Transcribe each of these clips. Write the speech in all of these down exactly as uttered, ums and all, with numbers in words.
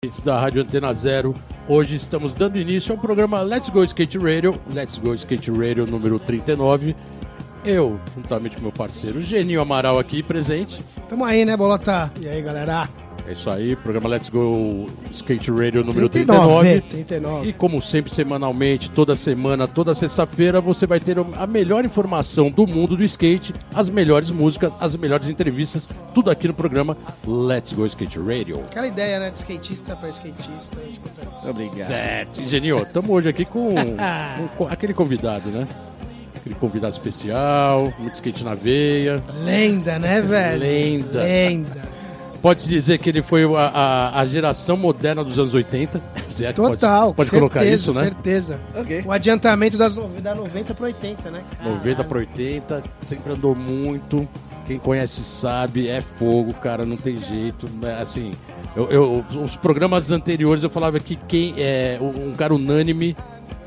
Da Rádio Antena Zero. Hoje estamos dando início ao programa Let's Go Skate Radio, Let's Go Skate Radio número trinta e nove. Eu, juntamente com meu parceiro Geninho Amaral aqui presente. Tamo aí, né, Bolota? E aí, galera? É isso aí, programa Let's Go Skate Radio número trinta e nove. trinta e nove. E como sempre, semanalmente, toda semana, toda sexta-feira, você vai ter a melhor informação do mundo do skate, as melhores músicas, as melhores entrevistas, tudo aqui no programa Let's Go Skate Radio. Aquela ideia, né, de skatista pra skatista. Obrigado. Certo. E, Geninho, estamos hoje aqui com, com, com aquele convidado, né? Aquele convidado especial, muito skate na veia. Lenda, né, velho? Lenda. Lenda. Pode-se dizer que ele foi a, a, a geração moderna dos anos oitenta. Certo? Total. Pode, pode certeza, colocar isso, né? Certeza. Okay. O adiantamento das no... da noventa para oitenta, né? noventa para oitenta, sempre andou muito. Quem conhece sabe, é fogo, cara, não tem jeito. Assim, eu, eu, os programas anteriores eu falava que quem é um cara unânime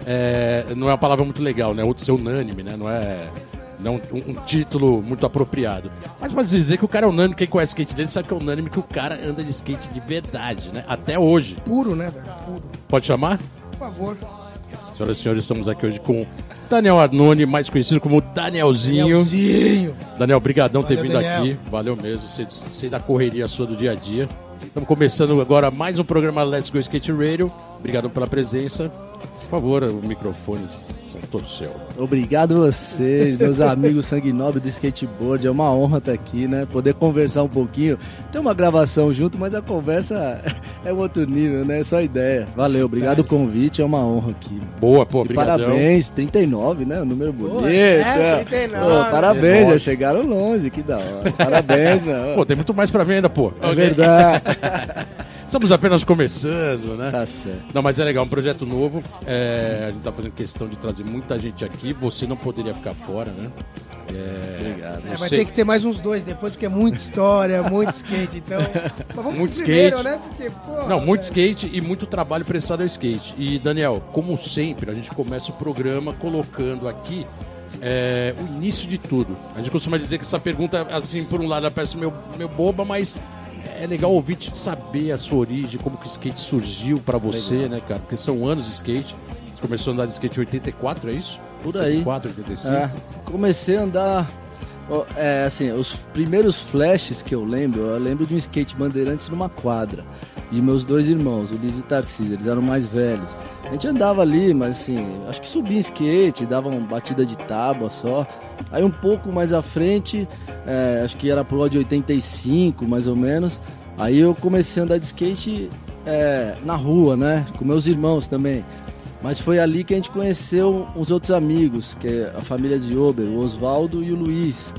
é, não é uma palavra muito legal, né? Outro ser unânime, né? Não é... Não, um, um título muito apropriado. Mas pode dizer que o cara é unânime, quem conhece o skate dele sabe que é unânime que o cara anda de skate de verdade, né? Até hoje. Puro, né, velho? Puro. Pode chamar? Por favor. Senhoras e senhores, estamos aqui hoje com Daniel Arnone, mais conhecido como Danielzinho. Danielzinho. Daniel, brigadão por ter vindo Daniel. aqui. Valeu mesmo, sei, sei da correria sua do dia a dia. Estamos começando agora mais um programa Let's Go Skate Radio. Obrigadão pela presença. Por favor, os microfones são todos seus. Obrigado a vocês, meus amigos sangue nobre do skateboard. É uma honra estar aqui, né? Poder conversar um pouquinho. Tem uma gravação junto, mas a conversa é um outro nível, né? É só ideia. Valeu, obrigado o convite, é uma honra aqui. Boa, pô, e obrigadão. Parabéns, trinta e nove, né? Um número bonito. Pô, é, trinta e nove. Pô, parabéns, já chegaram longe, que da hora. Parabéns, meu. Pô, tem muito mais pra venda, pô. É verdade. Estamos apenas começando, né? Tá certo. Não, mas é legal, um projeto novo. É, a gente tá fazendo questão de trazer muita gente aqui. Você não poderia ficar fora, né? É, Obrigado. É, vai ter que ter mais uns dois depois, porque é muita história, muito skate, então... Mas vamos muito pro primeiro, skate. né? Porque, porra, Não, muito velho. skate e muito trabalho prestado ao skate. E, Daniel, como sempre, a gente começa o programa colocando aqui é, o início de tudo. A gente costuma dizer que essa pergunta, assim, por um lado, ela parece meio, meio boba, mas... É legal ouvir te saber a sua origem, como que o skate surgiu pra você, legal, né, cara? Porque são anos de skate. Você começou a andar de skate em oitenta e quatro, é isso? Por aí. oitenta e quatro, oitenta e cinco. É, comecei a andar... É, assim, os primeiros flashes que eu lembro, eu lembro de um skate Bandeirantes numa quadra. E meus dois irmãos, o Liz e o Tarcísio, eles eram mais velhos. A gente andava ali, mas assim, acho que subia em skate, dava uma batida de tábua só. Aí um pouco mais à frente, é, acho que era pro lado de oitenta e cinco, mais ou menos. Aí eu comecei a andar de skate é, na rua, né? Com meus irmãos também. Mas foi ali que a gente conheceu os outros amigos, que é a família de Ober, o Oswaldo e o Luiz.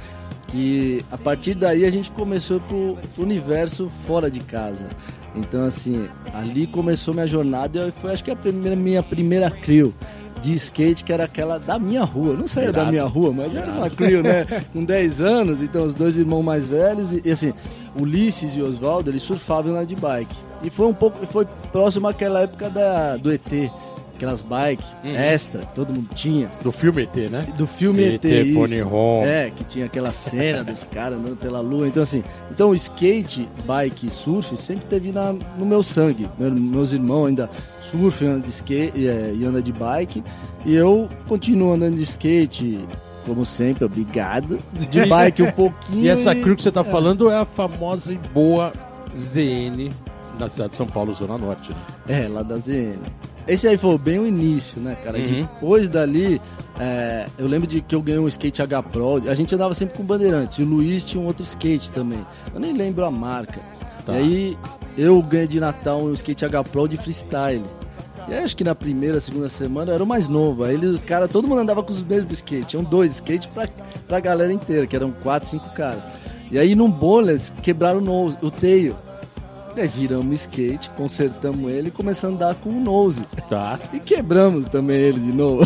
Que a partir daí a gente começou pro, pro universo fora de casa. Então assim, ali começou minha jornada e foi acho que a primeira, minha primeira crew de skate, que era aquela da minha rua. Não saía da minha rua, mas era uma crew, né? Com dez anos, então os dois irmãos mais velhos e, e assim, Ulisses e Oswaldo, eles surfavam lá de bike. E foi um pouco, foi próximo àquela época da, do E T. Aquelas bikes uhum. extra, que todo mundo tinha. Do filme E T, né? Do filme E T, E T Pony Home. É, que tinha aquela cena dos caras andando pela lua. Então assim, então skate, bike e surf sempre teve na, no meu sangue. Meu, meus irmãos ainda surfam, andam de skate é, e andam de bike. E eu continuo andando de skate, como sempre, obrigado. De bike um pouquinho. E essa e... crew que você tá falando é a famosa e boa Z N na cidade de São Paulo, Zona Norte. Né? É, lá da Z N. Esse aí foi bem o início, né, cara? Uhum. Depois dali, é, eu lembro de que eu ganhei um skate H Pro. A gente andava sempre com Bandeirantes. E o Luiz tinha um outro skate também. Eu nem lembro a marca. Tá. E aí, eu ganhei de Natal um skate H Pro de freestyle. E aí, acho que na primeira, segunda semana, eu era o mais novo. Aí, ele, cara, todo mundo andava com os mesmos skates. Tinham dois skates pra, pra galera inteira, que eram quatro, cinco caras. E aí, num bowler, quebraram o, nose, o tail. Aí viramos skate, consertamos ele e começamos a andar com o nose. Tá. E quebramos também ele de novo.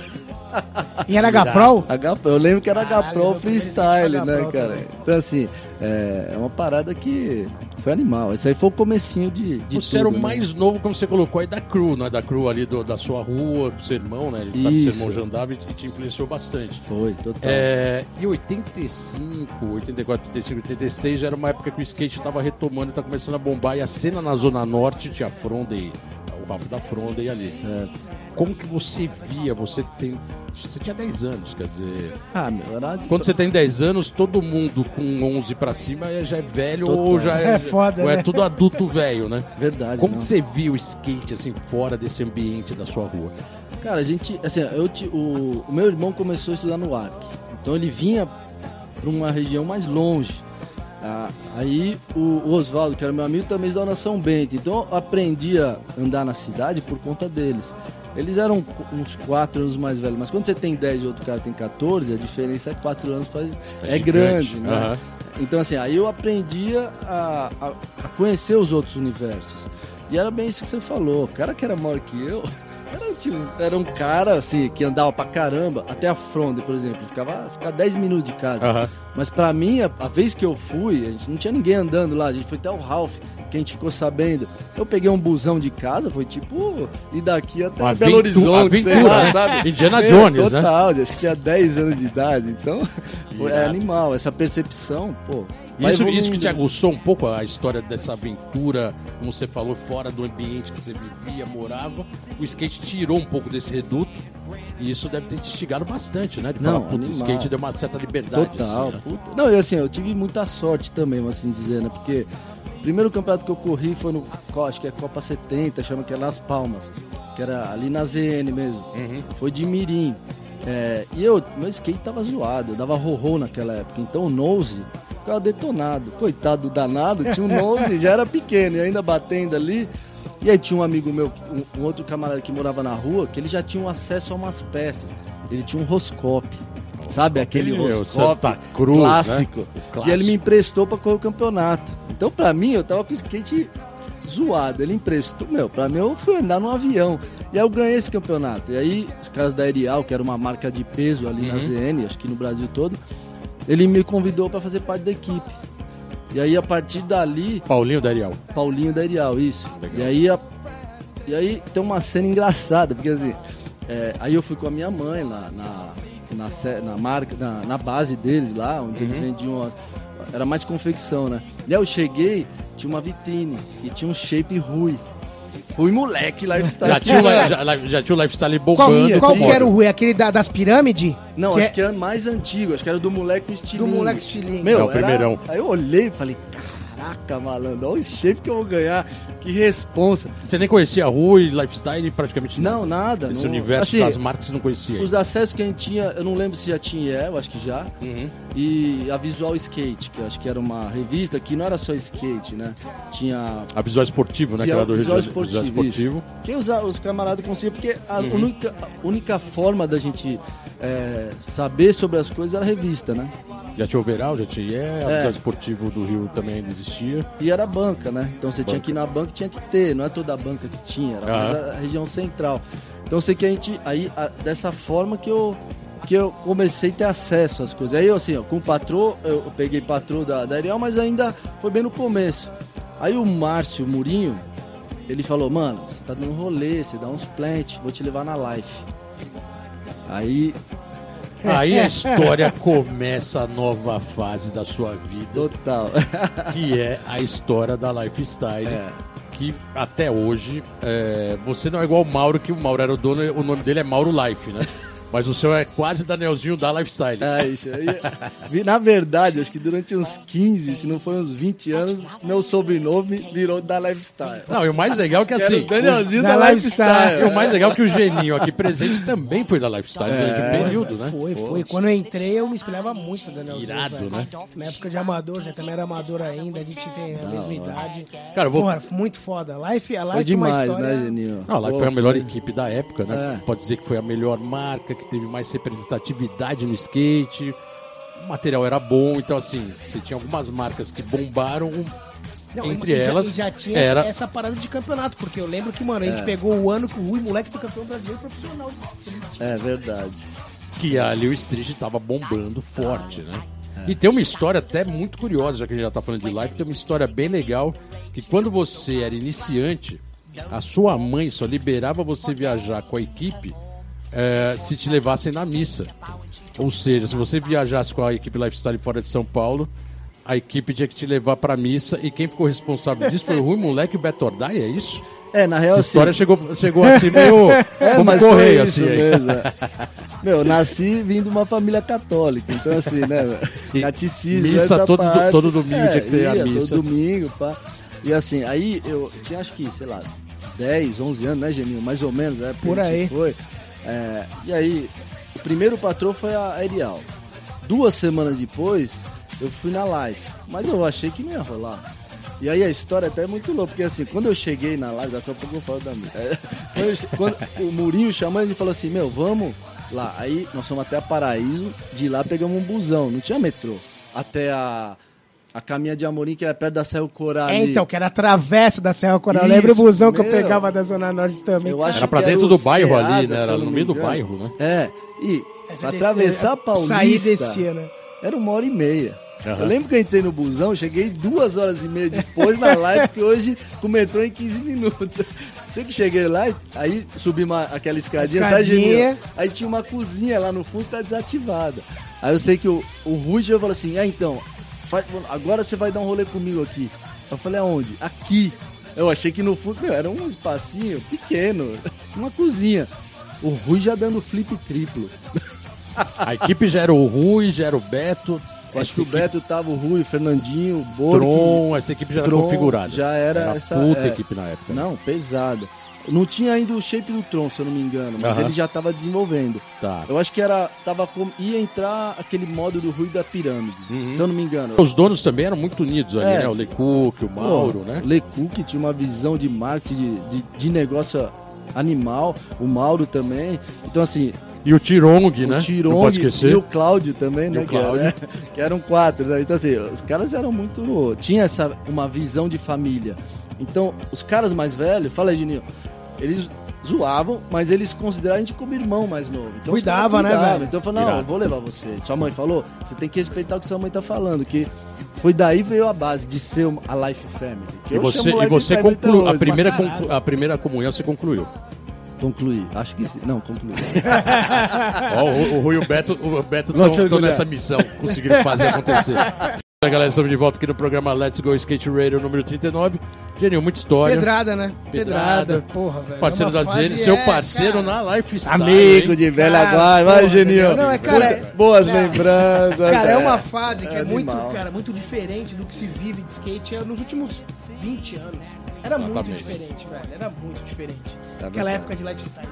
E era H-Pro? H-Pro, eu lembro que era Caralho, H-Pro freestyle, né, H-Pro cara? também. Então, assim, é, é uma parada que foi animal. Esse aí foi o comecinho de, de Você tudo, era o né? mais novo, como você colocou aí, da crew, né? Da crew ali do, da sua rua, do seu irmão, né? Ele sabe que seu irmão já andava e te influenciou bastante. Foi, total. É, e oitenta e cinco, oitenta e quatro, oitenta e cinco, oitenta e seis já era uma época que o skate estava retomando e tá começando a bombar. E a cena na Zona Norte tinha a Fronday, o Ralph da Fronday ali. Certo. Como que você via? Você tem. Você tinha dez anos, quer dizer. Ah, meu, era... Quando você tem dez anos, todo mundo com onze pra cima já é velho Total. ou já é. É foda, ou é né? tudo adulto velho, né? Verdade. Como não. que você via o skate assim fora desse ambiente da sua rua? Cara, a gente, assim, eu, ti- o, o meu irmão começou a estudar no Arc. Então ele vinha para uma região mais longe. Ah, aí o, o Oswaldo, que era meu amigo, também estudava na São Bento. Então eu aprendi a andar na cidade por conta deles. Eles eram uns quatro anos mais velhos, mas quando você tem dez e o outro cara tem quatorze, a diferença é quatro anos, faz, é, É grande, né? Aham. Então assim, aí eu aprendia a, a, a conhecer os outros universos. E era bem isso que você falou, o cara que era maior que eu, era, um tio- era um cara assim, que andava pra caramba, até a Fronde, por exemplo, ficava, ficava dez minutos de casa. Aham. Mas pra mim, a, a vez que eu fui, a gente não tinha ninguém andando lá, a gente foi até o Ralph, que a gente ficou sabendo. Eu peguei um busão de casa, foi tipo, ir daqui até Uma Belo aventu- Horizonte, sei aventura, lá, né? sabe? Indiana Meu, Jones, né? total, acho que tinha dez anos de idade, então foi, é Irado. animal, essa percepção, pô. vai Isso, isso evoluindo. que te aguçou um pouco a história dessa aventura, como você falou, fora do ambiente que você vivia, morava. O skate tirou um pouco desse reduto e isso deve ter te instigado bastante, né? De Não, falar, puta, o animal. skate deu uma certa liberdade. Total, assim, né? puta. Não, e assim, eu tive muita sorte também, vamos assim dizer, né? Porque o primeiro campeonato que eu corri foi no, acho que é Copa setenta, chama que é Las Palmas, que era ali na Z N mesmo. Uhum. Foi de mirim. É, e eu, meu skate tava zoado, eu dava ro-ro naquela época, então o nose ficava detonado. Coitado do danado, tinha um nose, já era pequeno, e ainda batendo ali. E aí tinha um amigo meu, um, um outro camarada que morava na rua, que ele já tinha um acesso a umas peças. Ele tinha um roscope, sabe? Aquele Meu, roscope Santa Cruz, clássico. né? O clássico. E ele me emprestou pra correr o campeonato. Então pra mim, eu tava com o skate zoado. Ele emprestou, meu, pra mim eu fui andar num avião. E aí eu ganhei esse campeonato. E aí os caras da Erial, que era uma marca de peso ali Uhum. na Z N, acho que no Brasil todo, ele me convidou pra fazer parte da equipe. E aí a partir dali, Paulinho da Ariel. Paulinho da Erial, isso. Legal. E aí, a- e aí tem uma cena engraçada, porque assim, é, aí eu fui com a minha mãe lá na, na, se- na marca, na, na base deles lá, onde Uhum. eles vendiam, as- era mais confecção, né? E aí eu cheguei, tinha uma vitrine e tinha um shape Rui. Rui moleque, lifestyle. Já tinha, o li- já, já tinha o lifestyle Qual, bombando. qual com que era o moda. Rui? Aquele da- das pirâmides? Não, que acho é- que era mais antigo, acho que era do moleque estilingue. Do moleque estilingue. Meu, É o era- primeirão. Aí eu olhei e falei, caraca, malandro, olha o shape que eu vou ganhar, que responsa. Você nem conhecia a rua e lifestyle praticamente Não, nada. Esse não- universo assim, das marcas você não conhecia. Os acessos que a gente tinha, eu não lembro se já tinha, eu acho que já. Uhum. E a Visual Skate, que eu acho que era uma revista que não era só skate, né? Tinha. A Visual Esportivo, né? Que era do Visual Rio de Janeiro. Esportivo. Visual Esportivo. isso. Que os, os camaradas conseguiam, porque a única, a única forma da gente é, saber sobre as coisas era a revista, né? Já tinha o Overall, já tinha é, a É. Visual Esportivo do Rio também ainda existia. E era banca, né? Então você tinha que ir na banca e tinha que ter, não é toda a banca que tinha, era mais Aham. a região central. Então eu sei que a gente, aí, a- dessa forma que eu, que eu comecei a ter acesso às coisas. Aí eu assim, ó, com o patrô, eu, eu peguei patrô da, da Ariel, mas ainda foi bem no começo. Aí o Márcio Murinho, ele falou, mano, você tá dando rolê, você dá uns plant, vou te levar na live. Aí, Aí a história começa a nova fase da sua vida, total. que é a história da Lifestyle. É. Que até hoje, é, você não é igual o Mauro, que o Mauro era o dono, o nome dele é Mauro Life, né? Mas o seu é quase Danielzinho da Lifestyle. É, isso aí. Vi- Na verdade, acho que durante uns quinze, se não foi uns vinte anos, meu sobrenome virou da Lifestyle. Não, e o mais legal é que Era assim. o Danielzinho Da da, Lifestyle. Lifestyle. E o mais legal é que o Geninho aqui presente também foi da Lifestyle durante um período, né? Foi, foi. Quando eu entrei, eu me espelhava muito, Danielzinho. Irado, velho. né? Na época de amador, você também era amador ainda, a gente tem a mesma idade. Cara, eu vou- Porra, muito foda. Life, a Life Foi é demais, uma história... né, Geninho? Não, lá Pô, foi a melhor equipe da época, né? É. Pode dizer que foi a melhor marca, que teve mais representatividade no skate. O material era bom, então assim, você tinha algumas marcas que bombaram. Não, Entre e já- elas, e já tinha era- essa, essa parada de campeonato, porque eu lembro que, mano, a gente É. pegou o ano que o Rui, moleque, foi campeão brasileiro profissional de street. É verdade. Que ali o street tava bombando forte, né? É. E tem uma história até muito curiosa, já que a gente já tá falando de live, tem uma história bem legal, que quando você era iniciante, a sua mãe só liberava você viajar com a equipe é, se te levassem na missa. Ou seja, se você viajasse com a equipe Lifestyle fora de São Paulo, a equipe tinha que te levar pra missa, e quem ficou responsável disso foi o Rui Moleque e o Beto Ordai, é isso? É, na real, essa história assim... chegou, chegou assim meio é, como correio, assim. Mesmo, é. Meu, eu nasci vindo de uma família católica, então assim, né, catecismo, missa todo, parte, todo domingo é, tinha que ter ia, a missa. Todo domingo, pá. E assim, aí eu tinha acho que, sei lá, dez, onze anos, né, Geninho? Mais ou menos, é, por aí. Foi. É, e aí, o primeiro patrão foi a Erial. Duas semanas depois, eu fui na live, mas eu achei que não ia rolar. E aí a história até é muito louca, porque assim, quando eu cheguei na live, daqui a pouco eu falo da minha. É, quando, eu, quando o Murinho chamou, ele falou assim, meu, vamos lá. Aí nós fomos até a Paraíso, de lá pegamos um busão, não tinha metrô. Até a, a Caminha de Amorim, que era perto da Serra Coral. É, então, que era a travessa da Serra Coral. Lembra o busão meu, que eu pegava da Zona Norte também? Eu acho era pra que dentro era do bairro Ceasa, ali, né? Era no meio do engano. bairro, né? É, e Mas pra descer, atravessar a Paulista, sair desse ano. Era uma hora e meia. Uhum. Eu lembro que eu entrei no busão, cheguei duas horas e meia depois na live, que hoje com o metrô em quinze minutos. Sei que cheguei lá, aí subi uma, aquela escadinha, escadinha. Sai, aí tinha uma cozinha lá no fundo que tá desativada. Aí eu sei que o, o Rui já falou assim, ah, então, faz, agora você vai dar um rolê comigo aqui. Eu falei, aonde? Aqui. Eu achei que no fundo, meu, era um espacinho pequeno, uma cozinha. O Rui já dando flip triplo. A equipe já era o Rui, já era o Beto. Acho que o Beto tava o Rui, o Fernandinho, o Borg. Tron, essa equipe já era Tron, configurada. Já era, era essa puta é, equipe na época. Não, pesada. Não tinha ainda o shape do Tron, se eu não me engano, mas uh-huh. ele já tava desenvolvendo. Tá. Eu acho que era tava com, ia entrar aquele modo do Rui da pirâmide, uhum. se eu não me engano. Os donos também eram muito unidos ali, é. né? O Lecook, o Mauro, Pô, né? O Lecook tinha uma visão de marketing, de, de, de negócio animal, o Mauro também. Então assim... E o Tirong, o né? Tirong, não pode esquecer. E o Cláudio também, né? o Cláudio. Que, era, que eram quatro, né? Então assim, os caras eram muito... Tinha essa, uma visão de família. Então, os caras mais velhos, fala aí, Geninho, eles zoavam, mas eles consideravam a gente como irmão mais novo. Então, cuidava, né, velho? Então eu falei, não, Irado. eu vou levar você. Sua mãe falou, você tem que respeitar o que sua mãe tá falando, que foi daí veio a base de ser a Life Family. E você, e você concluiu, a primeira, conclu, a primeira comunhão você concluiu. Concluí, acho que sim. Não, concluí. Ó, o, o Rui e o Beto estão nessa missão, conseguiram fazer acontecer. Galera, estamos de volta aqui no programa Let's Go Skate Radio número trinta e nove. Genil, muita história. Pedrada, né? Pedrada. Pedrada. Porra, velho. Parceiro é da Zene, seu parceiro cara, na Lifestyle. Amigo hein? de velha guarda. Vai, Genil. Não, é, cara, boas cara, lembranças. Cara, é uma fase que é, é muito, animal. cara, muito diferente do que se vive de skate nos últimos vinte anos. Era Exatamente. muito diferente, velho. Era muito diferente. Tá Aquela bem, época de lifestyle.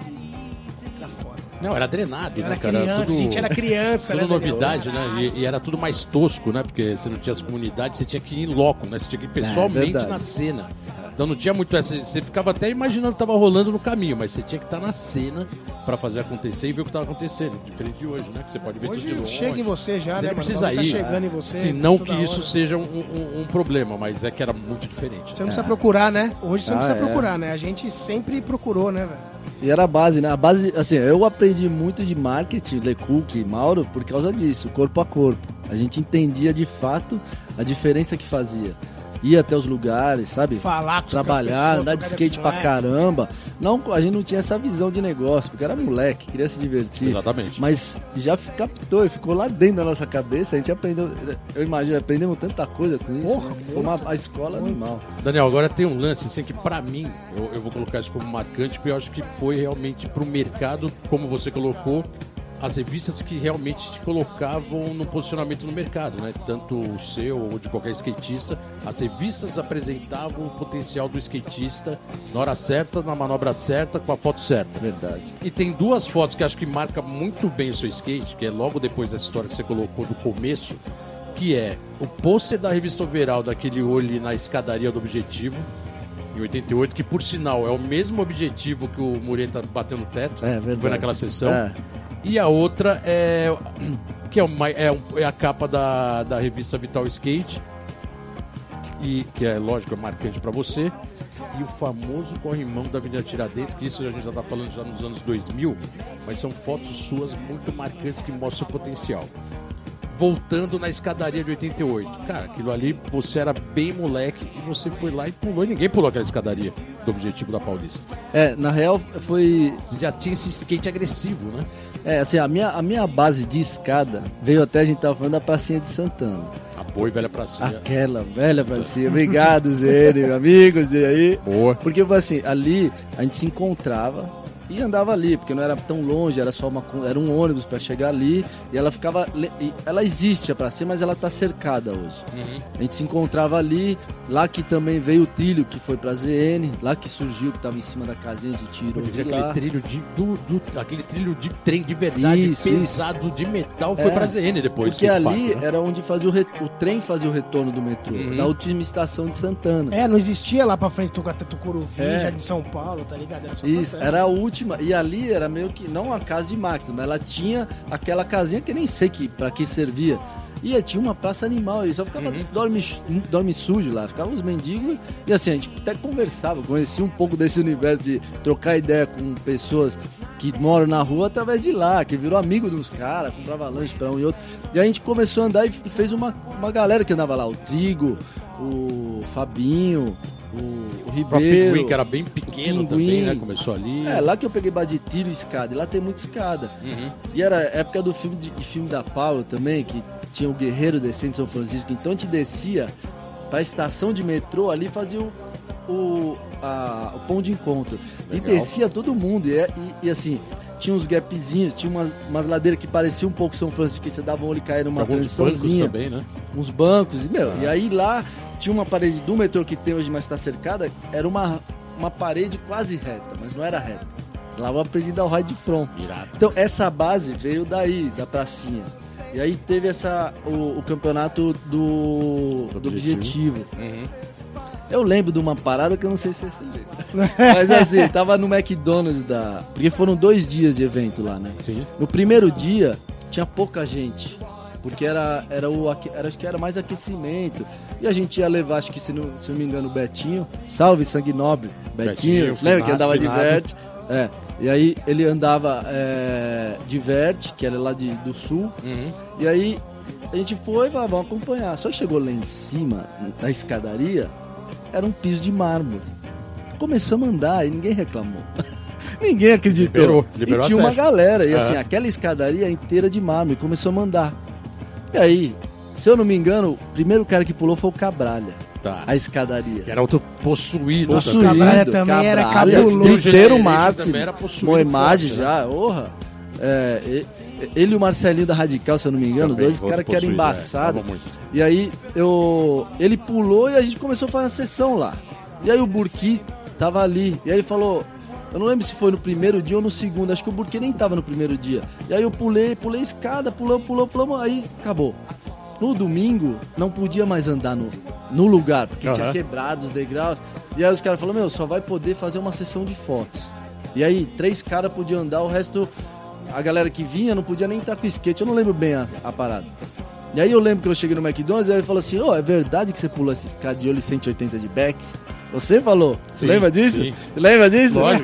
Era foda. Não, era drenado, Eu né, era cara? criança, tudo, a gente era criança, tudo né? novidade, né? E, e era tudo mais tosco, né? Porque você não tinha as comunidades, você tinha que ir em loco, né? Você tinha que ir pessoalmente é na cena. Então não tinha muito essa. Você ficava até imaginando o que estava rolando no caminho, mas você tinha que estar na cena pra fazer acontecer e ver o que estava acontecendo. Diferente de hoje, né? Que você pode ver Hoje tudo de longe. chega em você já, Você né, não mano? precisa Tá ir. chegando em você. Assim, não toda que isso hora. seja um, um, um problema, mas é que era muito diferente. Você não precisa procurar, né? Hoje você não Ah, precisa é. procurar, né? A gente sempre procurou, né, velho? E era a base, né? A base, assim, eu aprendi muito de marketing, Lecook, Mauro, por causa disso, corpo a corpo. A gente entendia de fato a diferença que fazia. Ia até os lugares, sabe? Falar com Trabalhar, as pessoas, andar de trocar skate pra ideia. caramba. Não, a gente não tinha essa visão de negócio, porque era moleque, queria se divertir. Exatamente. Mas já captou e ficou lá dentro da nossa cabeça. A gente aprendeu, eu imagino, aprendemos tanta coisa com isso. Porra, né? Foi uma a escola animal. Daniel, agora tem um lance assim que pra mim, eu, eu vou colocar isso como marcante, porque eu acho que foi realmente pro mercado, como você colocou, as revistas que realmente te colocavam no posicionamento no mercado, né? Tanto o seu ou de qualquer skatista, as revistas apresentavam o potencial do skatista na hora certa, na manobra certa, com a foto certa. Verdade. E tem duas fotos que acho que marcam muito bem o seu skate, que é logo depois dessa história que você colocou do começo, que é o pôster da revista Overall, daquele olho na escadaria do Objetivo, em oitenta e oito, que por sinal é o mesmo objetivo que o Mureta bateu no teto, É verdade. foi naquela sessão. É. E a outra é que é, uma, é, um, é a capa da, da revista Vital Skate, e, que é lógico, é marcante pra você. E o famoso corrimão da Avenida Tiradentes, que isso a gente já tá falando já nos anos dois mil, mas são fotos suas muito marcantes que mostram o potencial. voltando na escadaria de oitenta e oito. Cara, aquilo ali, você era bem moleque e você foi lá e pulou. E ninguém pulou aquela escadaria do Objetivo da Paulista. É, na real foi... Você já tinha esse skate agressivo, né? É, assim, a minha, a minha base de escada veio até, a gente tava falando da pracinha de Santana. A boa e velha pracinha. Aquela velha pracinha. Obrigado, Zene, amigos, e aí? Boa. Porque, assim, ali a gente se encontrava e andava ali, porque não era tão longe, era só uma, era um ônibus para chegar ali, e ela ficava, ela existe a praça, mas ela tá cercada hoje. Uhum. A gente se encontrava ali, lá que também veio o trilho que foi pra Z N, lá que surgiu, que tava em cima da casinha de tiro de aquele lá. trilho de, do, do, aquele trilho de trem de verdade, isso, pesado, isso. de metal, foi é, pra Z N depois. Porque ali parque, né? Era onde fazia o, re, o trem fazia o retorno do metrô, uhum. da última estação de Santana. É, não existia lá pra frente do Tucuruvi, é. já de São Paulo, tá ligado? Era só isso, Santana. era a última. E ali era meio que, não a casa de máquinas, mas ela tinha aquela casinha que nem sei que, pra que servia. E tinha uma praça animal, e só ficava uhum. dorme, dorme sujo lá, ficavam os mendigos. E assim, a gente até conversava, conhecia um pouco desse universo de trocar ideia com pessoas que moram na rua através de lá, que virou amigo dos caras, comprava lanche pra um e outro. E a gente começou a andar e fez uma, uma galera que andava lá, o Trigo, o Fabinho, o, o Ribeiro. O Pinguim, que era bem pequeno também, né? Começou ali. É, lá que eu peguei base de tiro e escada, e lá tem muita escada. Uhum. E era época do filme, de, de filme da Paula também, que tinha o Guerreiro descendo de São Francisco, então a gente descia pra estação de metrô ali, fazia o, o, a, o pão de encontro. Legal. E descia todo mundo, e, e, e assim... Tinha uns gapzinhos, tinha umas, umas ladeiras que pareciam um pouco São Francisco, que você dava um olho e caía numa transiçãozinha. Também, né? Uns bancos, e, meu, ah. e aí lá tinha uma parede do metrô que tem hoje, mas está cercada, era uma, uma parede quase reta, mas não era reta. Lá eu aprendi a dar o raio de front. Irado. Então essa base veio daí, da pracinha. E aí teve essa, o, o campeonato do, do Objetivo. Uhum. Eu lembro de uma parada que eu não sei se você lembra. Mas assim, tava no McDonald's da... Porque foram dois dias de evento lá, né? Sim. No primeiro dia, tinha pouca gente. Porque era, era o... Era, acho que era mais aquecimento. E a gente ia levar, acho que se não, se não me engano, o Betinho. Salve, Sangue Nobre. Betinho, Betinho lembra que andava de Vert? É. E aí ele andava é, de Vert, que era lá de, do sul. Uhum. E aí a gente foi, vai, vamos acompanhar. Só que chegou lá em cima, na escadaria... Era um piso de mármore. Começamos a andar e ninguém reclamou. Ninguém acreditou. Liberou, liberou e tinha uma galera. E assim, aquela escadaria inteira de mármore. Começou a mandar. E aí, se eu não me engano, o primeiro cara que pulou foi o Cabralha. Tá. A escadaria. Que era outro possuído. Possuído. Cabralha também Cabralha, era cabuloso. Inteiro máximo. Uma imagem forte, já. Né? Orra. É, ele e o Marcelinho da Radical, se eu não me engano, também, dois caras que eram embaçados. É, e aí eu, ele pulou e a gente começou a fazer uma sessão lá. E aí o Burki tava ali. E aí ele falou, eu não lembro se foi no primeiro dia ou no segundo, acho que o Burki nem tava no primeiro dia. E aí eu pulei, pulei escada, pulou, pulou, pulou, aí acabou. No domingo, não podia mais andar no, no lugar, porque uhum. tinha quebrado os degraus. E aí os caras falaram, meu, só vai poder fazer uma sessão de fotos. E aí três caras podiam andar, o resto... A galera que vinha não podia nem entrar com skate, eu não lembro bem a, a parada. E aí eu lembro que eu cheguei no McDonald's e aí ele falou assim, ô, oh, é verdade que você pulou essa escada de olho cento e oitenta de back? Você falou? Sim, lembra disso? Sim. Lembra disso? Lógico.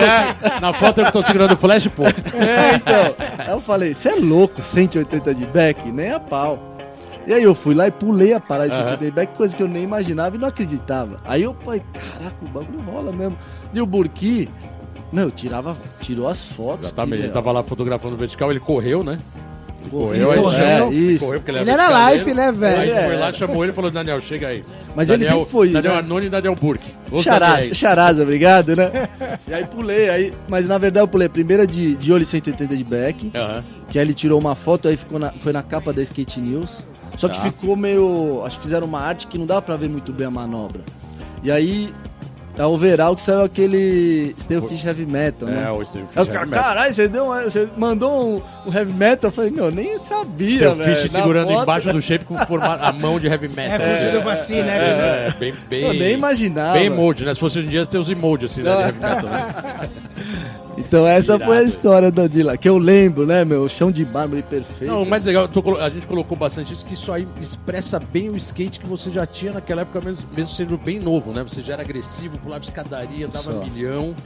Eu, na foto eu tô segurando o flash, pô. É, então. Aí eu falei, você é louco, cento e oitenta de back? Nem a pau. E aí eu fui lá e pulei a parada de cento e oitenta de back, coisa que eu nem imaginava e não acreditava. Aí eu falei, caraca, o bagulho rola mesmo. E o Burki... Meu, tirava, tirou as fotos. Exatamente, ele tava lá fotografando o vertical, ele correu, né? Ele correu, correu, correu, aí, é, ele isso. correu porque ele, ele era live, né, velho? Aí é. foi lá, chamou ele e falou, Daniel, chega aí. Mas Daniel, ele sempre foi, Daniel né? Arnone e Daniel Burke. Charaz, Charaz, obrigado, né? E aí pulei, aí, mas na verdade eu pulei a primeira de, de olho cento e oitenta de back, uhum. que aí ele tirou uma foto, aí ficou na, foi na capa da Skate News. Só que tá. ficou meio, acho que fizeram uma arte que não dava pra ver muito bem a manobra. E aí... É o overall que saiu aquele Steel Fish Heavy Metal, né? É, o Steel Fish Heavy Metal. Caralho, você, deu uma, você mandou um, um Heavy Metal? Eu falei, meu, nem sabia, Steel velho. Fish segurando foto... embaixo do shape com formato, a mão de Heavy Metal. É, é, é, assim, né? É, é, bem, bem... Eu nem imaginava. Bem emoji, né? Se fosse um dia, tem os emojis assim, né? De Heavy Metal. Né? Então essa Irado. Foi a história da Dila, que eu lembro, né, meu? Chão de mármore perfeito. Não, o mais legal, tô, a gente colocou bastante isso, que isso aí expressa bem o skate que você já tinha naquela época, mesmo, mesmo sendo bem novo, né? Você já era agressivo, pulava escadaria, dava Só. milhão.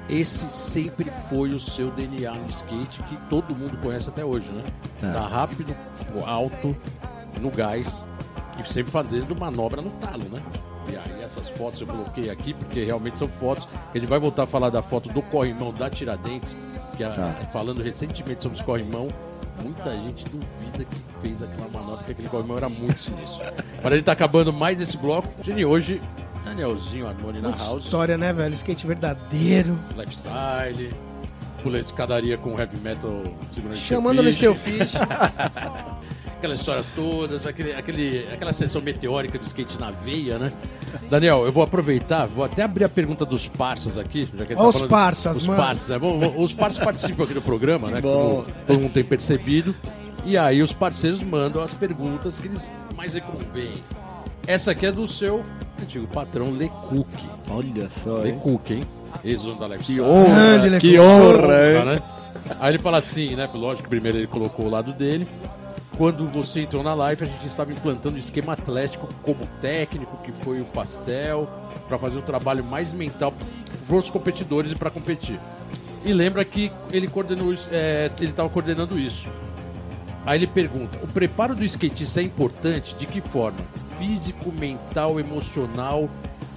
esse sempre foi o seu D N A no skate, que todo mundo conhece até hoje, né? É. Tá rápido, alto, no gás, e sempre fazendo manobra no talo, né? E aí essas fotos eu coloquei aqui, porque realmente são fotos. Ele vai voltar a falar da foto do corrimão da Tiradentes, que a, Tá. falando recentemente sobre os corrimão, muita gente duvida que fez aquela manobra, porque aquele corrimão era muito sinistro. Para ele tá acabando mais esse bloco, e hoje, Danielzinho Armoni na Muita house. história, né, velho? Skate verdadeiro. Lifestyle, pula escadaria com heavy metal segurando Chamando no seu Steel fish. Fish. Aquela história toda, aquele, aquele, aquela sessão meteórica do skate na veia, né? Daniel, eu vou aproveitar, vou até abrir a pergunta dos parças aqui. Já que ele Ó tá os falando- parças, os mano. Parças, né? Vou- vou- Os parças participam aqui do programa, né? Bom. Como todo mundo tem percebido. E aí os parceiros mandam as perguntas que eles mais lhe convêm. Essa aqui é do seu antigo patrão Lecook. Olha só, hein? Lecook, hein? Ex-dono da Lifestyle. Grande, Lecoq. que honra, hein? Né? Aí ele fala assim, né? Lógico que primeiro ele colocou o lado dele. Quando você entrou na live, a gente estava implantando o esquema atlético como técnico, que foi o pastel, para fazer um trabalho mais mental para os competidores e para competir. E lembra que ele coordenou, isso- é, ele estava coordenando isso. Aí ele pergunta: o preparo do skatista é importante? De que forma? Físico, mental, emocional?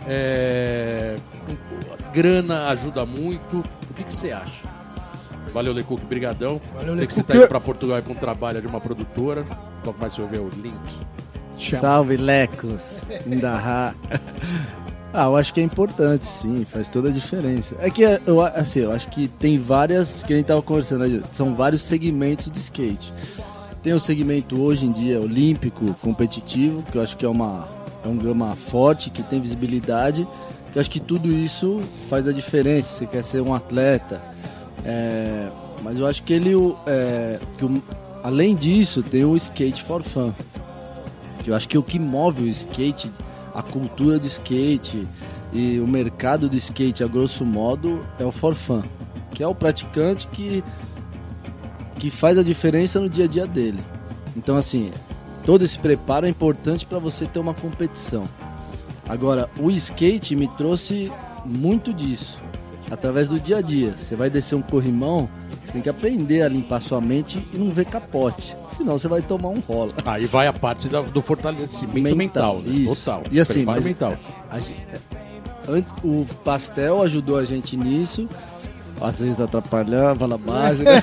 É, grana ajuda muito? O que, que você acha? Valeu, Lecoq, brigadão. Valeu, Sei que você Lecoq. tá indo pra Portugal aí com um trabalho de uma produtora. Logo mais você ouvir o link. Salve, Lecos. Indarra. Ah, eu acho que é importante, sim, faz toda a diferença. É que, eu, assim, eu acho que tem várias, que a gente tava conversando, né, são vários segmentos do skate. Tem o segmento hoje em dia olímpico, competitivo, que eu acho que é uma é um gama forte, que tem visibilidade, que eu acho que tudo isso faz a diferença. Você quer ser um atleta, é, mas eu acho que ele, o- é, que o- além disso, tem o skate for fun. Que eu acho que o que move o skate, a cultura do skate e o mercado do skate, a grosso modo, é o for fun, que é o praticante que, que faz a diferença no dia a dia dele. Então, assim, todo esse preparo é importante para você ter uma competição. Agora, o skate me trouxe muito disso, através do dia a dia. Você vai descer um corrimão, você tem que aprender a limpar sua mente e não ver capote, senão você vai tomar um rola. Aí vai a parte da- do fortalecimento mental, né? Isso. Total. E assim, Preparo mas mental. a gen- antes, o pastel ajudou a gente nisso. Às vezes atrapalhava na base, né?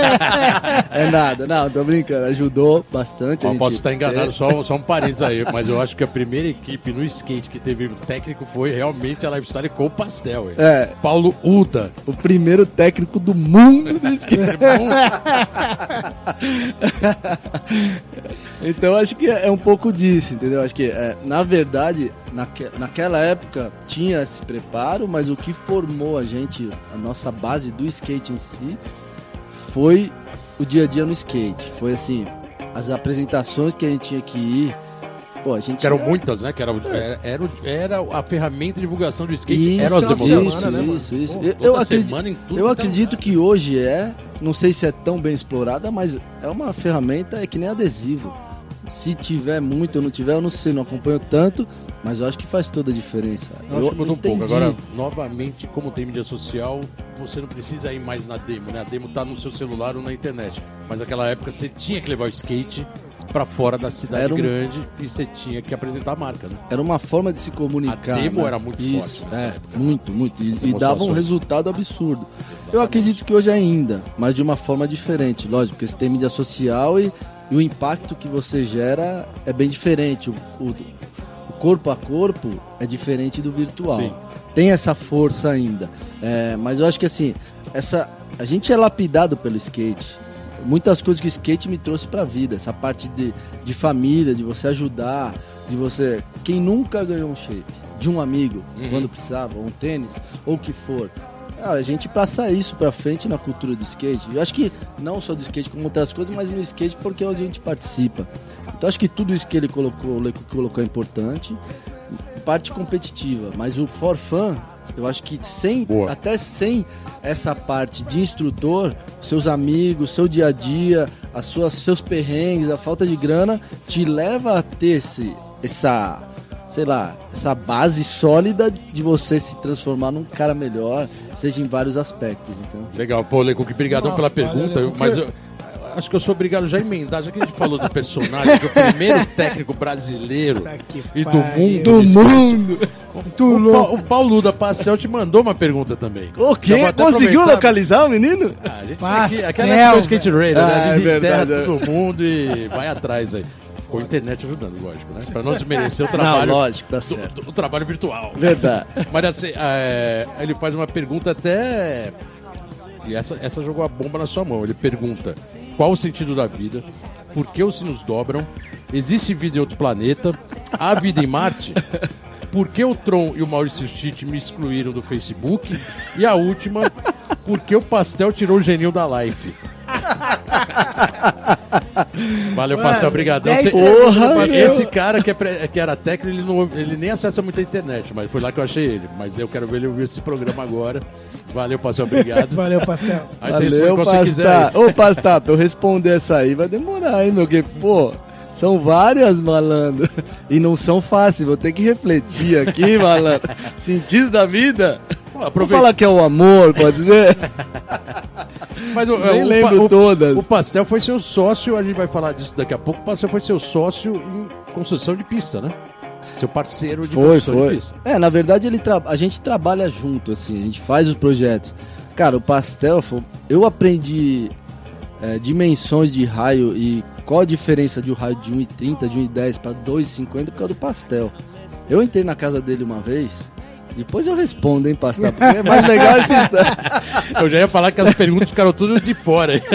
É nada, não, tô brincando. Ajudou bastante. a Eu gente posso estar enganado, ter- só, só um parênteses aí, mas eu acho que a primeira equipe no skate que teve um técnico foi realmente a Lifestyle com o pastel. hein? É, Paulo Uda. o primeiro técnico do mundo do skate. Então acho que é um pouco disso, entendeu? Acho que, é, na verdade, naque, naquela época tinha esse preparo, mas o que formou a gente, a nossa base do skate em si, foi o dia a dia no skate. Foi assim, as apresentações que a gente tinha que ir. Pô, a gente Que eram muitas, né? Que era, o- era, era, o- era a ferramenta de divulgação do skate, Isso, eram as final de emoções. semana, né, mano? isso, isso. Pô, Eu, toda eu acredito, semana em tudo eu quanto é acredito lugar. que hoje é, não sei se é tão bem explorada, mas é uma ferramenta, é que nem adesivo. Se tiver muito ou não tiver, eu não sei, não acompanho tanto, mas eu acho que faz toda a diferença. Eu acho que mudou um pouco. entendi. Agora, novamente, como tem mídia social, você não precisa ir mais na demo, né? A demo tá no seu celular ou na internet. Mas naquela época você tinha que levar o skate pra fora da cidade Era um- grande e você tinha que apresentar a marca, né? Era uma forma de se comunicar. A demo né? era muito Isso, forte nessa é, época. muito, muito. E, e Demonstrações. dava um resultado absurdo. Eu acredito que hoje ainda, mas de uma forma diferente, lógico, porque você tem mídia social e, e o impacto que você gera é bem diferente. O, o- o corpo a corpo é diferente do virtual. Sim. Tem essa força ainda. É, mas eu acho que assim, essa, a gente é lapidado pelo skate. Muitas coisas que o skate me trouxe pra vida. Essa parte de, de família, de você ajudar, de você... Quem nunca ganhou um shape de um amigo, Uhum. quando precisava, um tênis, ou o que for. Ah, a gente passa isso pra frente na cultura do skate. Eu acho que não só do skate, como outras coisas, mas no skate porque é onde a gente participa. Então acho que tudo isso que ele colocou, o Leco colocou é importante. Parte competitiva, mas o for fun, eu acho que sem, Boa. até sem essa parte de instrutor, seus amigos, seu dia a dia, as suas, seus perrengues, a falta de grana, te leva a ter esse, essa sei lá, essa base sólida de você se transformar num cara melhor, seja em vários aspectos. Então. Legal, pô, Lecoq, brigadão Ah, pela valeu, pergunta, Lecoq. mas eu acho que eu sou obrigado já a emendar, já que a gente falou do personagem, que é o primeiro técnico brasileiro Tá que e do pariu. mundo. Do desse- mundo. Tu O, louco. Pa- o Paulo da Pastel te mandou uma pergunta também. O Já quê? vou até Conseguiu aproveitar- localizar o menino? Ah, a gente Pastel, aqui, aqui é Let's Go Skate Radio, né? Ah, A é gente verdade, enterra é. todo mundo e vai atrás aí. Com a internet ajudando, lógico, né? Pra não desmerecer o trabalho, Não, lógico, tá do- certo. do- o trabalho virtual. Verdade. Mas assim, é, ele faz uma pergunta até... E essa, essa jogou a bomba na sua mão. Ele pergunta, qual o sentido da vida? Por que os sinos dobram? Existe vida em outro planeta? Há vida em Marte? Por que o Tron e o Maurício Stitt me excluíram do Facebook? E a última, por que o Pastel tirou o geninho da live? Valeu, Mano, Pastel, obrigadão. dez Cê- perguntas do Esse- Pastel. Esse cara que, é pré- que era técnico, ele, não, ele nem acessa muita internet, mas foi lá que eu achei ele. Mas eu quero ver ele ouvir esse programa agora. Valeu, Pastel, obrigado. Valeu, Pastel. Aí você responde Valeu, quando você quiser. Pastar. aí. Ô, Pastar, pra eu responder essa aí vai demorar, hein, meu? Porque, pô, são várias, malandro. E não são fáceis, vou ter que refletir aqui, malandro. Sentido da vida? Pô, Vou aproveita- falar que é o amor, pode dizer? Mas o, Nem o- lembro o- todas. O Pastel foi seu sócio, a gente vai falar disso daqui a pouco. O Pastel foi seu sócio em construção de pista, né? Seu parceiro de Foi, construção de foi. pista. É, na verdade ele tra... a gente trabalha junto, assim, a gente faz os projetos. Cara, o Pastel, foi- eu aprendi é, dimensões de raio e qual a diferença de um raio de um e trinta, de um e dez para dois e cinquenta por causa do Pastel. Eu entrei na casa dele uma vez, depois eu respondo, hein, Pastel, porque é mais legal esse Eu já ia falar que as perguntas ficaram tudo de fora. Aí.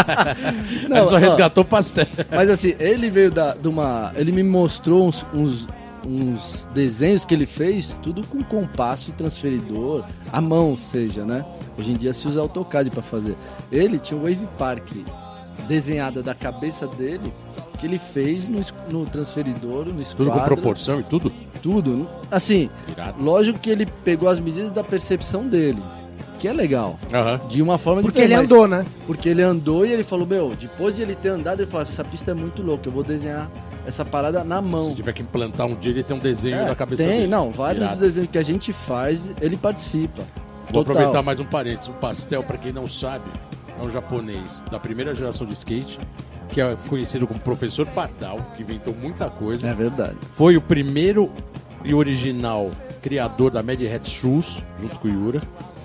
Não, Ele só ó. resgatou o Pastel. Mas assim, ele veio da, de uma. Ele me mostrou uns, uns, uns desenhos que ele fez, tudo com compasso e transferidor, à mão, seja, né? Hoje em dia se usa AutoCAD para fazer. Ele tinha o Wave Park desenhada da cabeça dele, que ele fez no, es- no transferidor, no Tudo esquadro. com proporção e tudo? Tudo. Assim, Irado. lógico que ele pegou as medidas da percepção dele, que é legal. Aham. De uma forma Porque ele diferente, andou, né? porque ele andou e ele falou, meu, depois de ele ter andado, ele falou, essa pista é muito louca, eu vou desenhar essa parada na mão. Se tiver que implantar um dia, ele tem um desenho É, da cabeça tem, dele. não, vários Irado. desenhos que a gente faz, ele participa. Vou Total. aproveitar mais um parênteses. O Pastel, pra quem não sabe, é um japonês da primeira geração de skate, que é conhecido como Professor Pardal, que inventou muita coisa. É verdade. Foi o primeiro e original criador da Mad Hat Shoes, junto com o Yura,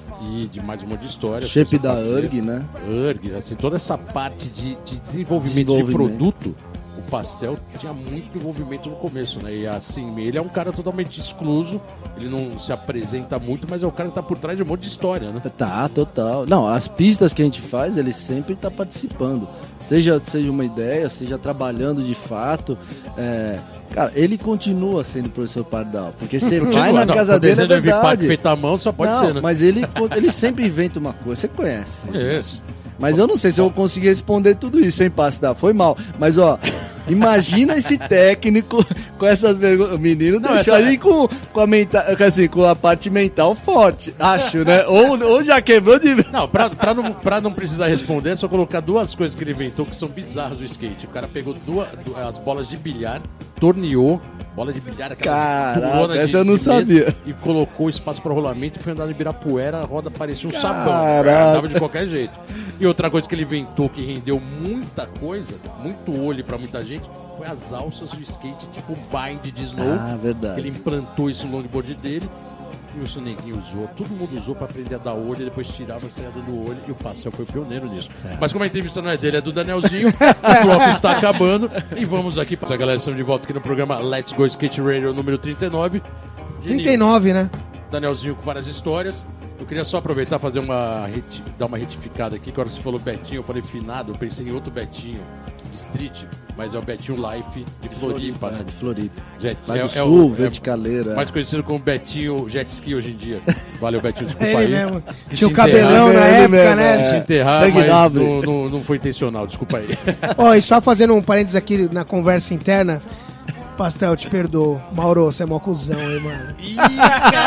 e de mais um monte de história. Shape Foi seu da parceiro. U R G, né? U R G, assim, toda essa parte de, de desenvolvimento, Desenvolvimento. de produto, o Pastel tinha muito envolvimento no começo, né? E assim, ele é um cara totalmente excluso, ele não se apresenta muito, mas é o cara que tá por trás de um monte de história, né? Tá, total. Não, as pistas que a gente faz, ele sempre tá participando. Seja, seja uma ideia, seja trabalhando de fato. É, cara, ele continua sendo o professor Pardal. Porque você vai na Não, casa o dele, é desenho do Evipac verdade. feito à mão só pode não, ser, né? mas ele, ele sempre inventa uma coisa. Você conhece. Isso. Mas eu não sei se eu vou conseguir responder tudo isso, hein, Pastor? Foi mal. Mas, ó, imagina esse técnico com essas perguntas. O menino Não, deixou essa- ali com, com, a menta... assim, com a parte mental forte, acho, né? Ou, ou já quebrou de... Não, pra, pra, não, pra não precisar responder, é só colocar duas coisas que ele inventou que são bizarras do skate. O cara pegou duas, du- as bolas de bilhar, torneou, bola de bilhar, aquelas Caraca, durona de- essa eu não de mesa, sabia. e colocou espaço para rolamento e foi andar no Ibirapuera, a roda parecia um sabão. Caraca. Andava de qualquer jeito. E outra coisa que ele inventou que rendeu muita coisa, muito olho pra muita gente, foi as alças do skate, tipo um bind de snow. Ah, verdade. Ele implantou isso no longboard dele. E o Soneguinho usou, todo mundo usou pra aprender a dar olho, e depois tirava a saída do olho, e o Pastel foi o pioneiro nisso. Mas como a entrevista não é dele, é do Danielzinho, o bloco está acabando, e vamos aqui, pra galera, estamos de volta aqui no programa Let's Go Skate Radio número trinta e nove. trinta e nove, né? Danielzinho com várias histórias. Eu queria só aproveitar e fazer uma reti- dar uma retificada aqui, que a hora que você falou Betinho, eu falei finado, eu pensei em outro Betinho de street, mas é o Betinho Life de Floripa, né? De Floripa. Jet, Lá é- do é o- Sul, é verticaleira. mais conhecido como Betinho Jet Ski hoje em dia. Valeu, Betinho, desculpa É aí. ele mesmo. Quis Tinha o te cabelão enterrar. na É ele época, mesmo, né? Quis te é. enterrar, Sangue mas nobre. não, não, não foi intencional, desculpa aí. Ó, e só fazendo um parênteses aqui na conversa interna. Pastel, te perdoo. Mauro, você é mó cuzão, hein, mano? Ih,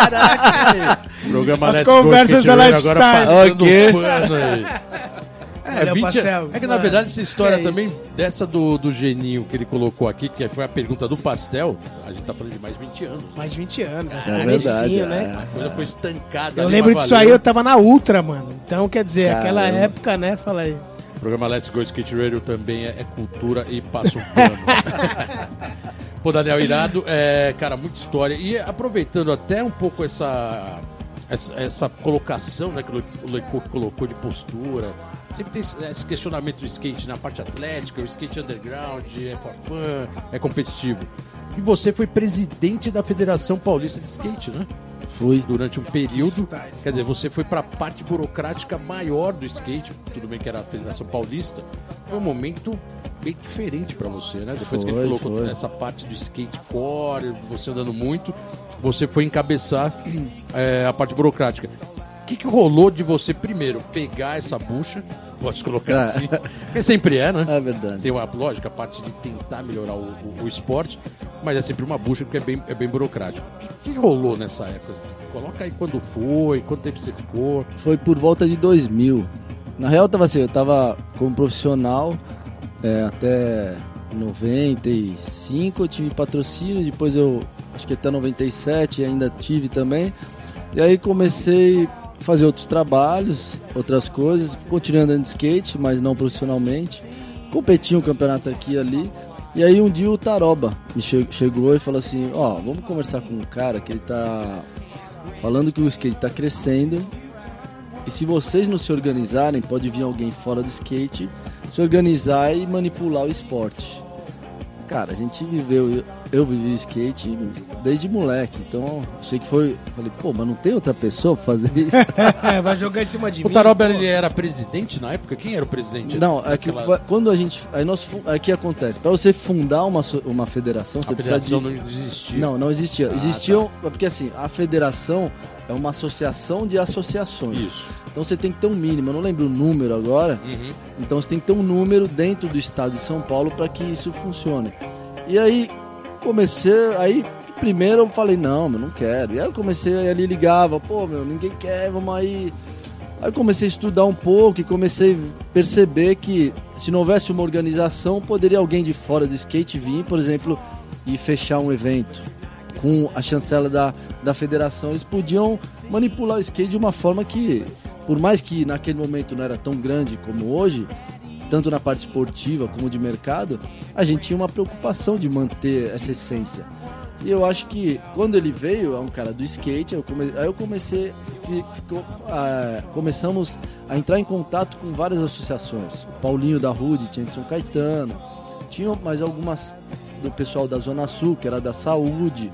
caraca! Programa As Let's Go conversas Skate da Radio Lifestyle. agora passando Ok. pano aí. É, Valeu, vinte Pastel. É que na Mano, verdade essa história é também, isso. dessa do, do geninho que ele colocou aqui, que foi a pergunta do Pastel, a gente tá falando de mais vinte anos. Mais vinte anos, né? É Comecinho, verdade, né? A coisa foi estancada. Eu ali, lembro mas disso aí, valeu. eu tava na Ultra, mano. Então, quer dizer, Caramba. aquela época, né? Fala aí. O programa Let's Go Skate Radio também é, é cultura e passa um pano. Pô, Daniel, irado, é, cara, muita história. E aproveitando até um pouco essa, essa, essa colocação, né, que o Lecoq colocou de postura. Sempre tem esse, esse questionamento do skate na parte atlética, o skate underground, é for fun, é competitivo. E você foi presidente da Federação Paulista de Skate, né? Fui. Durante um período. Style. Quer dizer, você foi para a parte burocrática maior do skate, tudo bem que era a Federação Paulista. Foi um momento bem diferente para você, né? Depois que ele Foi, colocou foi. essa parte do skate core, você andando muito, você foi encabeçar é, a parte burocrática. O que, que rolou de você, primeiro, pegar essa bucha, posso colocar Ah. assim, porque sempre é, né? É verdade. Tem uma lógica, a parte de tentar melhorar o, o- o esporte, mas é sempre uma bucha porque é bem, é bem burocrático. O que, que rolou nessa época? Coloca aí quando foi, quanto tempo você ficou. Foi por volta de dois mil. Na real, tava assim, eu tava como profissional é, até noventa e cinco, eu tive patrocínio, depois eu acho que até noventa e sete ainda tive também. E aí comecei a fazer outros trabalhos, outras coisas, continuei andando de skate, mas não profissionalmente. Competi um campeonato aqui e ali. E aí um dia o Taroba me che- chegou e falou assim, ó, vamos conversar com um cara que ele tá falando que o skate tá crescendo. E se vocês não se organizarem, pode vir alguém fora do skate, se organizar e manipular o esporte. Cara, a gente viveu, eu, eu vivi skate desde moleque, então achei que foi, falei, pô, mas não tem outra pessoa pra fazer isso? Vai jogar em cima de O mim. Taroba, pô. ele era presidente na época? Quem era o presidente? Não, é que Aquela- fa- quando a gente, aí nós, fu- aí que acontece, pra você fundar uma, so- uma federação, você A precisa federação de... não existia. Não, não existia. Ah, Existiam, porque assim, a federação é uma associação de associações. Isso. Então você tem que ter um mínimo, eu não lembro o número agora, Uhum. então você tem que ter um número dentro do estado de São Paulo para que isso funcione. E aí comecei, aí primeiro eu falei, não, meu, não quero. E aí eu comecei, aí ali ligava, pô, meu, ninguém quer, vamos aí. Aí eu comecei a estudar um pouco e comecei a perceber que se não houvesse uma organização, poderia alguém de fora do skate vir, por exemplo, e fechar um evento com a chancela da, da federação. Eles podiam manipular o skate de uma forma que, por mais que naquele momento não era tão grande como hoje, tanto na parte esportiva como de mercado, a gente tinha uma preocupação de manter essa essência. E eu acho que quando ele veio, é um cara do skate, eu come... aí eu comecei, fi- ficou, ah, começamos a entrar em contato com várias associações. O Paulinho da Rude tinha de São Caetano, tinha mais algumas do pessoal da Zona Sul, que era da saúde,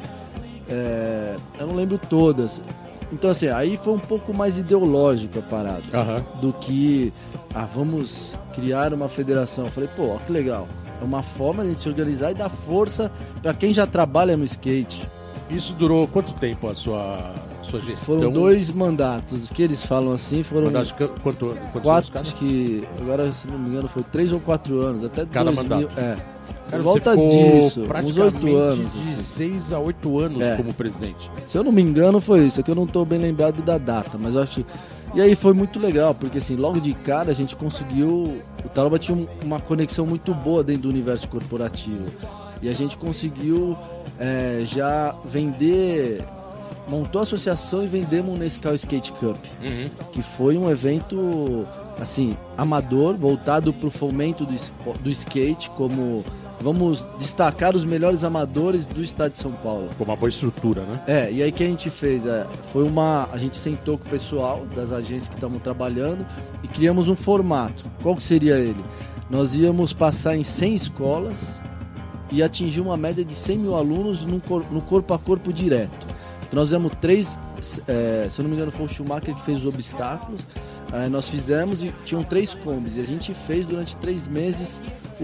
é, eu não lembro todas. Então assim, aí foi um pouco mais ideológico a parada Aham. do que, ah, vamos criar uma federação. Eu falei, pô, ó, que legal. É uma forma de se organizar e dar força para quem já trabalha no skate. Isso durou quanto tempo a sua, sua gestão? Foram dois mandatos, que eles falam assim, foram Mandatos, quanto, quantos anos quatro, cada? acho que, agora se não me engano, foi três ou quatro anos, até Cada dois mil, mandato. é. Cara, Por volta você ficou disso, uns praticamente oito anos. de assim. seis a oito anos É. como presidente. Se eu não me engano foi isso, é que eu não estou bem lembrado da data, mas eu acho. E aí foi muito legal, porque assim, logo de cara a gente conseguiu. O Taroba tinha um- uma conexão muito boa dentro do universo corporativo. E a gente conseguiu é, já vender. Montou a associação e vendemos o Nescau Skate Cup, Uhum. que foi um evento assim, amador, voltado para o fomento do, espo- do skate, como vamos destacar os melhores amadores do estado de São Paulo. Com uma boa estrutura, né? É, e aí que a gente fez, é, foi uma, a gente sentou com o pessoal das agências que estavam trabalhando e criamos um formato. Qual que seria ele? Nós íamos passar em cem escolas e atingir uma média de cem mil alunos no, cor- no corpo a corpo direto. Então nós fizemos três, é, se eu não me engano foi o Schumacher que fez os obstáculos, é, nós fizemos e tinham três combis e a gente fez durante três meses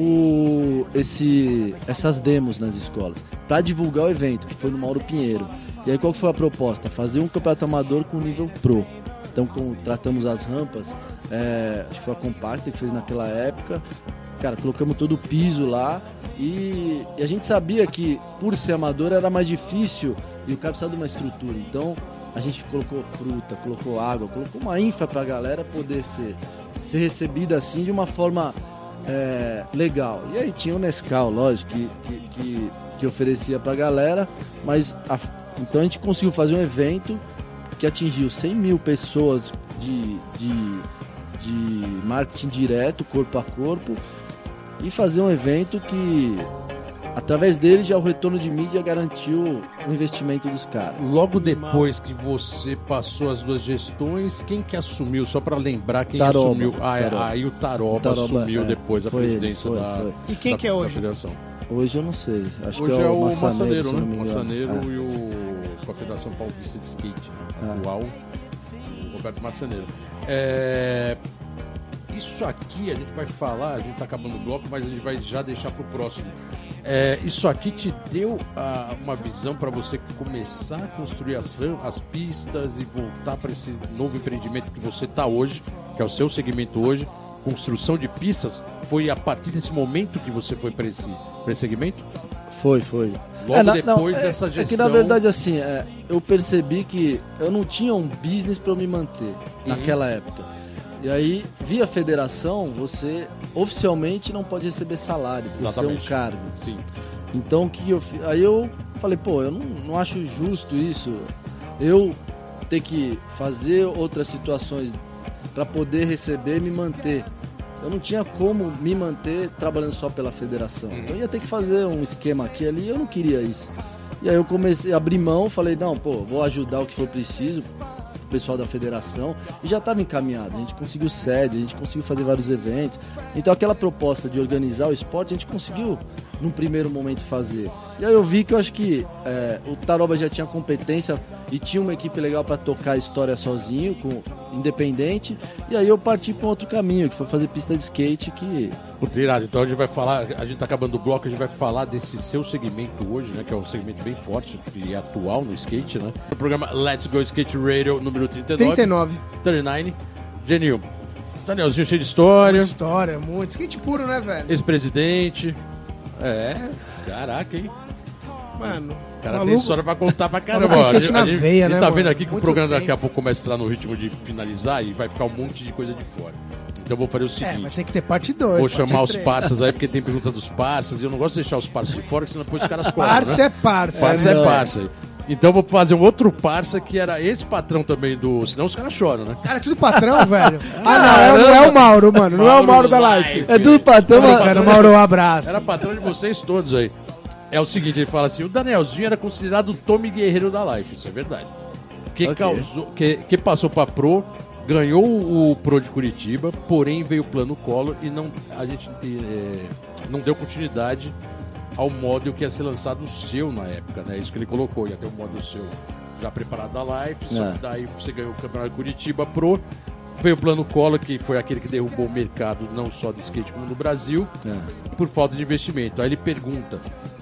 o, esse, essas demos nas escolas para divulgar o evento, que foi no Mauro Pinheiro. E aí qual que foi a proposta? Fazer um campeonato amador com nível pro. Então com, tratamos as rampas, é, acho que foi a Compacta que fez naquela época. Cara, colocamos todo o piso lá e, e a gente sabia que por ser amador era mais difícil e o cara precisava de uma estrutura. Então a gente colocou fruta, colocou água, colocou uma infra pra galera poder ser. ser recebida assim de uma forma é, legal. E aí tinha o Nescau, lógico, que, que, que, que oferecia pra galera, mas a, então a gente conseguiu fazer um evento que atingiu cem mil pessoas de, de, de marketing direto, corpo a corpo, e fazer um evento que, através dele, já o retorno de mídia garantiu o investimento dos caras. Logo depois que você passou as duas gestões, quem que assumiu? Só para lembrar quem Taroba, assumiu. Ah, Taroba. Aí o Taroba, Taroba, assumiu é, depois a foi ele, presidência foi, da, foi. E quem da, que é hoje? da federação. Hoje eu não sei. Acho Hoje que é é o o Massaneiro, Massaneiro, se eu né? não me O engano. Massaneiro É. e o com a Federação Paulista de Skate, né? É. Atual, o Roberto Massaneiro. É... Isso aqui a gente vai falar, a gente tá acabando o bloco, mas a gente vai já deixar pro próximo. É, isso aqui te deu ah, uma visão para você começar a construir as, as pistas e voltar para esse novo empreendimento que você tá hoje, que é o seu segmento hoje, construção de pistas? Foi a partir desse momento que você foi para esse, pra esse segmento? Foi, foi. Logo É, na- depois não, é- dessa É que gestão... na verdade assim, é, eu percebi que eu não tinha um business para eu me manter Uhum. naquela época. E aí, via federação, você oficialmente não pode receber salário, por ser um Exatamente. cargo. Sim. Então, o que eu fiz? Aí eu falei, pô, eu não, não acho justo isso, eu ter que fazer outras situações para poder receber e me manter. Eu não tinha como me manter trabalhando só pela federação. Então eu ia ter que fazer um esquema aqui e ali, e eu não queria isso. E aí eu comecei a abrir mão, falei, não, pô, vou ajudar o que for preciso, o pessoal da federação, e já estava encaminhado. A gente conseguiu sede, a gente conseguiu fazer vários eventos. Então aquela proposta de organizar o esporte, a gente conseguiu, num primeiro momento, fazer. E aí eu vi que eu acho que é, o Taroba já tinha competência e tinha uma equipe legal para tocar a história sozinho, com, independente. E aí eu parti para outro caminho, que foi fazer pista de skate, que... Puta, irado. Então a gente vai falar, a gente tá acabando o bloco, a gente vai falar desse seu segmento hoje, né? Que é um segmento bem forte e atual no skate, né? O programa Let's Go Skate Radio, número trinta e nove. trinta e nove. trinta e nove. Genil. Danielzinho cheio de história. História, muito. Skate puro, né, velho? Ex-presidente. É. Caraca, hein? Mano, O cara maluco. tem história pra contar pra caramba. Maluco, Ó, skate na gente, veia, a gente né, tá mano? vendo aqui que Muito o programa bem. daqui a pouco começa a entrar no ritmo de finalizar e vai ficar um monte de coisa de fora. Então eu vou fazer o É, seguinte. vai ter que ter parte dois. Vou chamar os parças aí, porque tem pergunta dos parças, e eu não gosto de deixar os parças de fora, senão depois os caras cobram, Parça né? é parça. Parça é É, parça. Então eu vou fazer um outro parça que era esse patrão também do... Senão os caras choram, né? Cara, é tudo patrão, velho. Ah, não, é, não é o Mauro, mano. Não é o Mauro da live. É tudo patrão, Tô mas... brincando, Mauro, um abraço. Era patrão de vocês todos aí. É o seguinte, ele fala assim, o Danielzinho era considerado o Tommy Guerreiro da Life, isso é verdade. Que, Ok. causou, que, que passou pra Pro, ganhou o Pro de Curitiba, porém veio o plano Collor e não, a gente é, não deu continuidade ao módulo que ia ser lançado o seu na época, né? Isso que ele colocou, ia ter um módulo seu já preparado da Life, só É. que daí você ganhou o Campeonato de Curitiba Pro, veio o plano Collor, que foi aquele que derrubou o mercado não só do skate como no Brasil, É. por falta de investimento. Aí ele pergunta,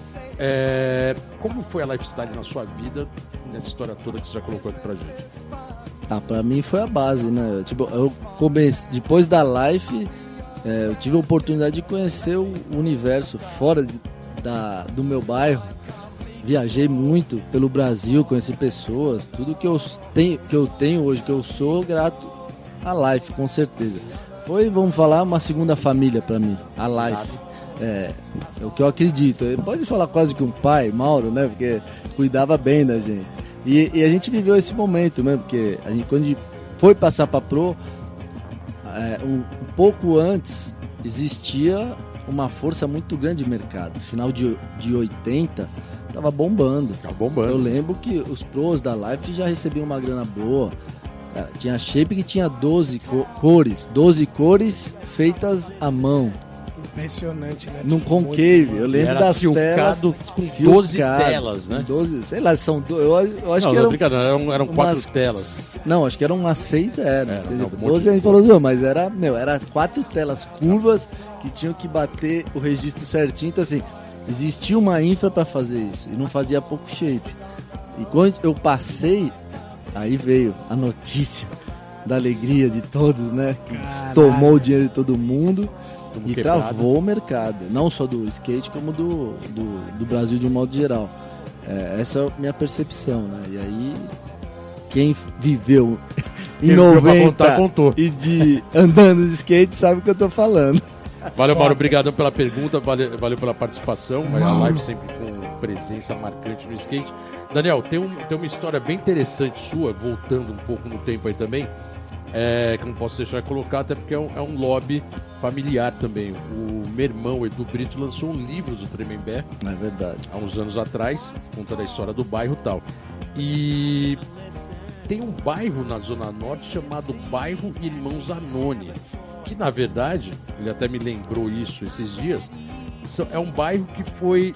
é, como foi a lifestyle na sua vida, nessa história toda que você já colocou aqui pra gente? Ah, pra mim foi a base, né? Tipo, eu comecei, depois da Life, é, eu tive a oportunidade de conhecer o universo fora de- da, do meu bairro. Viajei muito pelo Brasil, conheci pessoas, tudo que eu tenho, que eu tenho hoje, que eu sou, grato à Life, com certeza. Foi, vamos falar, uma segunda família pra mim, a Life. É, é o que eu acredito. Ele pode falar quase que um pai, Mauro, né? Porque cuidava bem da gente. E, e a gente viveu esse momento mesmo, porque a gente, quando a gente foi passar pra Pro, é, um, um pouco antes existia uma força muito grande de mercado. Final de, de oitenta, tava bombando. Tá bombando. Eu lembro que os pros da Life já recebiam uma grana boa. Cara, tinha shape que tinha doze co- cores, doze cores feitas à mão, Impressionante, né? num Tipo, concave. muito Eu lembro Era das silcado telas com silcadas, doze telas, né? doze, sei lá, são do, eu, eu acho não, que não, eram brincadeira, eram, eram quatro umas- telas. Não, acho que eram umas seis eram. Era, Quer não, dizer, um monte doze de a gente cor. falou, não, mas era, meu, era quatro telas curvas que tinham que bater o registro certinho. Então, assim, existia uma infra para fazer isso e não fazia pouco shape. E quando eu passei, aí veio a notícia da alegria de todos, né? Que Caralho. tomou o dinheiro de todo mundo Tudo e quebrado. travou o mercado. Não só do skate, como do, do, do Brasil de um modo geral. É, essa é a minha percepção, né? E aí, quem viveu em Quem viu pra noventa contar, contou. e de andando de skate sabe o que eu tô falando. Valeu, Mauro, obrigado pela pergunta, valeu, valeu pela participação. A live sempre com presença marcante no skate. Daniel, tem, um, tem uma história bem interessante sua, voltando um pouco no tempo aí também, é, que não posso deixar de colocar, até porque é um, é um lobby familiar também. O meu irmão, o Edu Brito, lançou um livro do Tremembé. É verdade. Há uns anos atrás, contando a história do bairro e tal. E tem um bairro na Zona Norte chamado Bairro Irmãos Arnone, que na verdade, ele até me lembrou isso esses dias, é um bairro que foi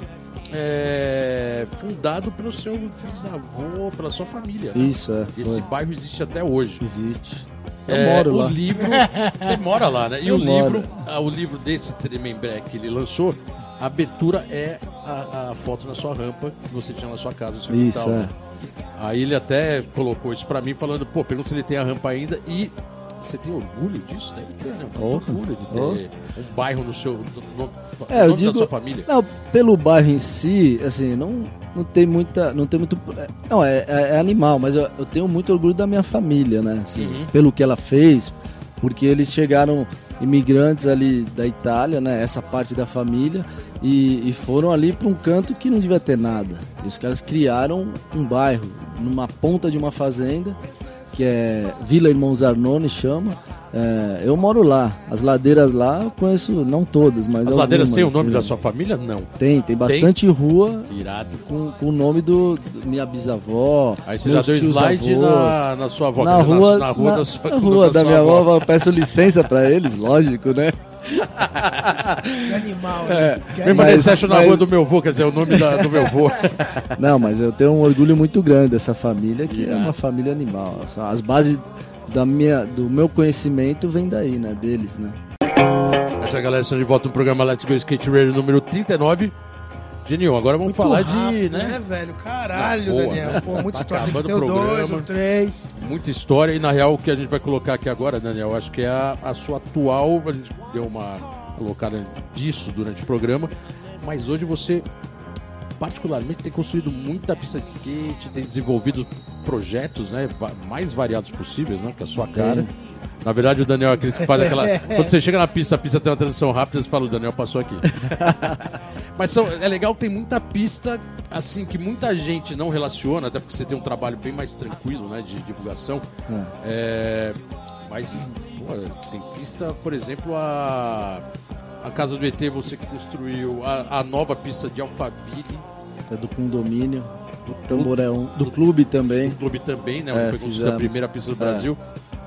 é, fundado pelo seu bisavô, pela sua família. Isso, é. Esse foi. bairro existe até hoje. Existe. Eu É, moro o lá. livro, você mora lá, né? E Eu o livro, moro. ah, o livro desse Tremembé que ele lançou, a abertura é a, a foto na sua rampa que você tinha na sua casa. No seu Isso, quintal, é. né? Aí ele até colocou isso pra mim, falando, pô, pergunta se ele tem a rampa ainda e você tem orgulho disso, né? Tem, né? Tem Oh, orgulho de ter oh. um bairro no seu, no, no, É, eu nome digo, da sua família. Não, pelo bairro em si, assim, não, não tem muita, não tem muito, não, é, é, é animal, mas eu, eu tenho muito orgulho da minha família, né, assim, Uhum. pelo que ela fez, porque eles chegaram imigrantes ali da Itália, né, essa parte da família, e, e foram ali para um canto que não devia ter nada, e os caras criaram um bairro, numa ponta de uma fazenda, que é Vila Irmãos Arnone, chama. É, eu moro lá. As ladeiras lá eu conheço, não todas, mas As ladeiras algumas, têm o nome assim. da sua família? Não. Tem, tem bastante rua Irado. com, com o nome do, do minha bisavó. Aí você meus já deu tios slide avós. na, na sua avó. Na quer dizer, rua, na, na rua na, da sua, na rua da sua minha avó, eu peço licença pra eles, lógico, né? Que animal, É. né? Que Mesmo animal. nesse Session na mas- rua do meu avô, quer dizer, o nome da- do meu avô. Não, mas eu tenho um orgulho muito grande dessa família, que é Irado. uma família animal. As bases da minha, do meu conhecimento vem daí, né? Deles, né? Essa galera estão de volta no programa Let's Go Skate Radio número trinta e nove. Genil, agora vamos Muito falar rápido, de, né, velho? Caralho, Boa, Daniel. né? Pô, muita Tá história. acabando Tem o o dois, programa. o três. muita história. E na real, o que a gente vai colocar aqui agora, Daniel, acho que é a, a sua atual. A gente deu uma colocada disso durante o programa. Mas hoje você, particularmente, tem construído muita pista de skate, tem desenvolvido projetos, né, va- mais variados possíveis, né, que a sua cara. Na verdade, o Daniel é aquele que faz aquela. Quando você chega na pista, a pista tem uma transição rápida, você fala, o Daniel passou aqui. Mas são, é legal, tem muita pista, assim, que muita gente não relaciona, até porque você tem um trabalho bem mais tranquilo, né, de divulgação. É, mas, pô, tem pista, por exemplo, a, a Casa do E T, você que construiu, a, a nova pista de Alphaville, É do condomínio, do Tamborão, do clube também. o clube também, né, É, onde foi construída a fizemos. primeira pista do É. Brasil,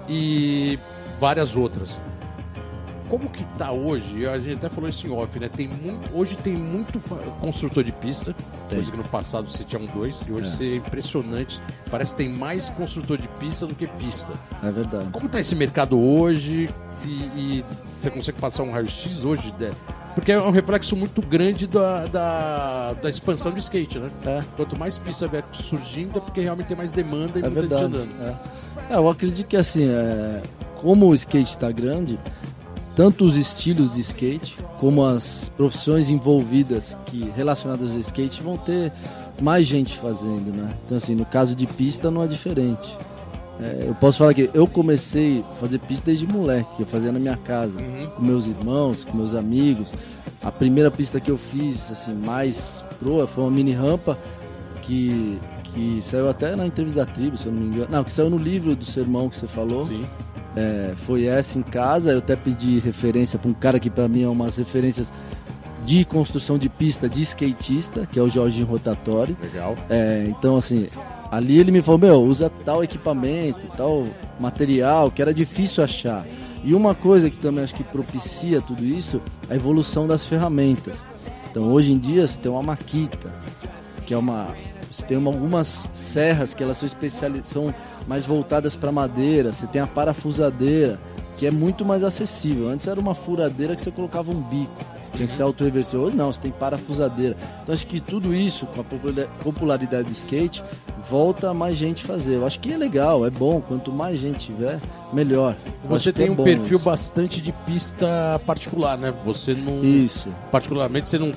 e várias outras. Como que tá hoje? A gente até falou isso em off, né? Tem muito, hoje tem muito fa- construtor de pista, Tem. coisa que no passado você tinha um dois, e hoje É. você é impressionante. Parece que tem mais construtor de pista do que pista. É verdade. Como tá esse mercado hoje? E, e você consegue passar um raio-x hoje? Né? Porque é um reflexo muito grande da, da, da expansão do skate, né? É. Quanto mais pista vier surgindo, é porque realmente tem mais demanda e É muita gente verdade. andando. É. É, eu acredito que assim, é, como o skate está grande, tanto os estilos de skate como as profissões envolvidas que relacionadas ao skate vão ter mais gente fazendo, né? Então assim, no caso de pista não é diferente. É, eu posso falar que eu comecei a fazer pista desde moleque, eu fazia na minha casa, com meus irmãos, com meus amigos. A primeira pista que eu fiz, assim, mais proa, foi uma mini rampa que, que saiu até na entrevista da tribo, se eu não me engano. Não, que saiu no livro do seu irmão que você falou. Sim. É, foi essa em casa, eu até pedi referência para um cara que para mim é umas referências de construção de pista de skatista, que é o Jorginho Rotatório. Legal. É, então assim, ali ele me falou, meu, usa tal equipamento, tal material, que era difícil achar. E uma coisa que também acho que propicia tudo isso, a evolução das ferramentas. Então hoje em dia você tem uma Makita, que é uma... Você tem uma, algumas serras que elas são, especiali- são mais voltadas para madeira, você tem a parafusadeira, que é muito mais acessível. Antes era uma furadeira que você colocava um bico, tinha que ser auto-reversível. Hoje não, você tem parafusadeira. Então acho que tudo isso, com a popula- popularidade do skate, volta a mais gente fazer. Eu acho que é legal, é bom, quanto mais gente tiver, melhor. Eu Você acho que tem é um bom perfil isso. bastante de pista particular, né? Você não. Isso. Particularmente, você não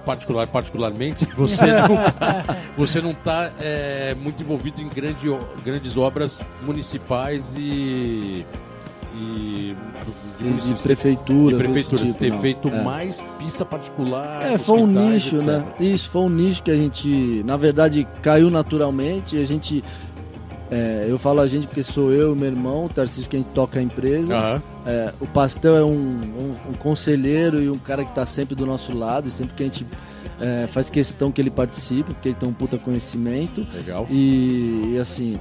particular, particularmente, você não tá, você não tá é, muito envolvido em grande, grandes obras municipais e... E, de, de prefeitura, de prefeitura tipo, ter não. feito é. mais pista particular. É, foi um nicho, etcétera. né? Isso, foi um nicho que a gente, na verdade, caiu naturalmente. A gente, é, eu falo a gente porque sou eu e meu irmão, o Tarcísio, que a gente toca a empresa. Uhum. É, o Pastel é um, um, um conselheiro e um cara que está sempre do nosso lado, e sempre que a gente é, faz questão que ele participe, porque ele tem um puta conhecimento. Legal. E, e assim,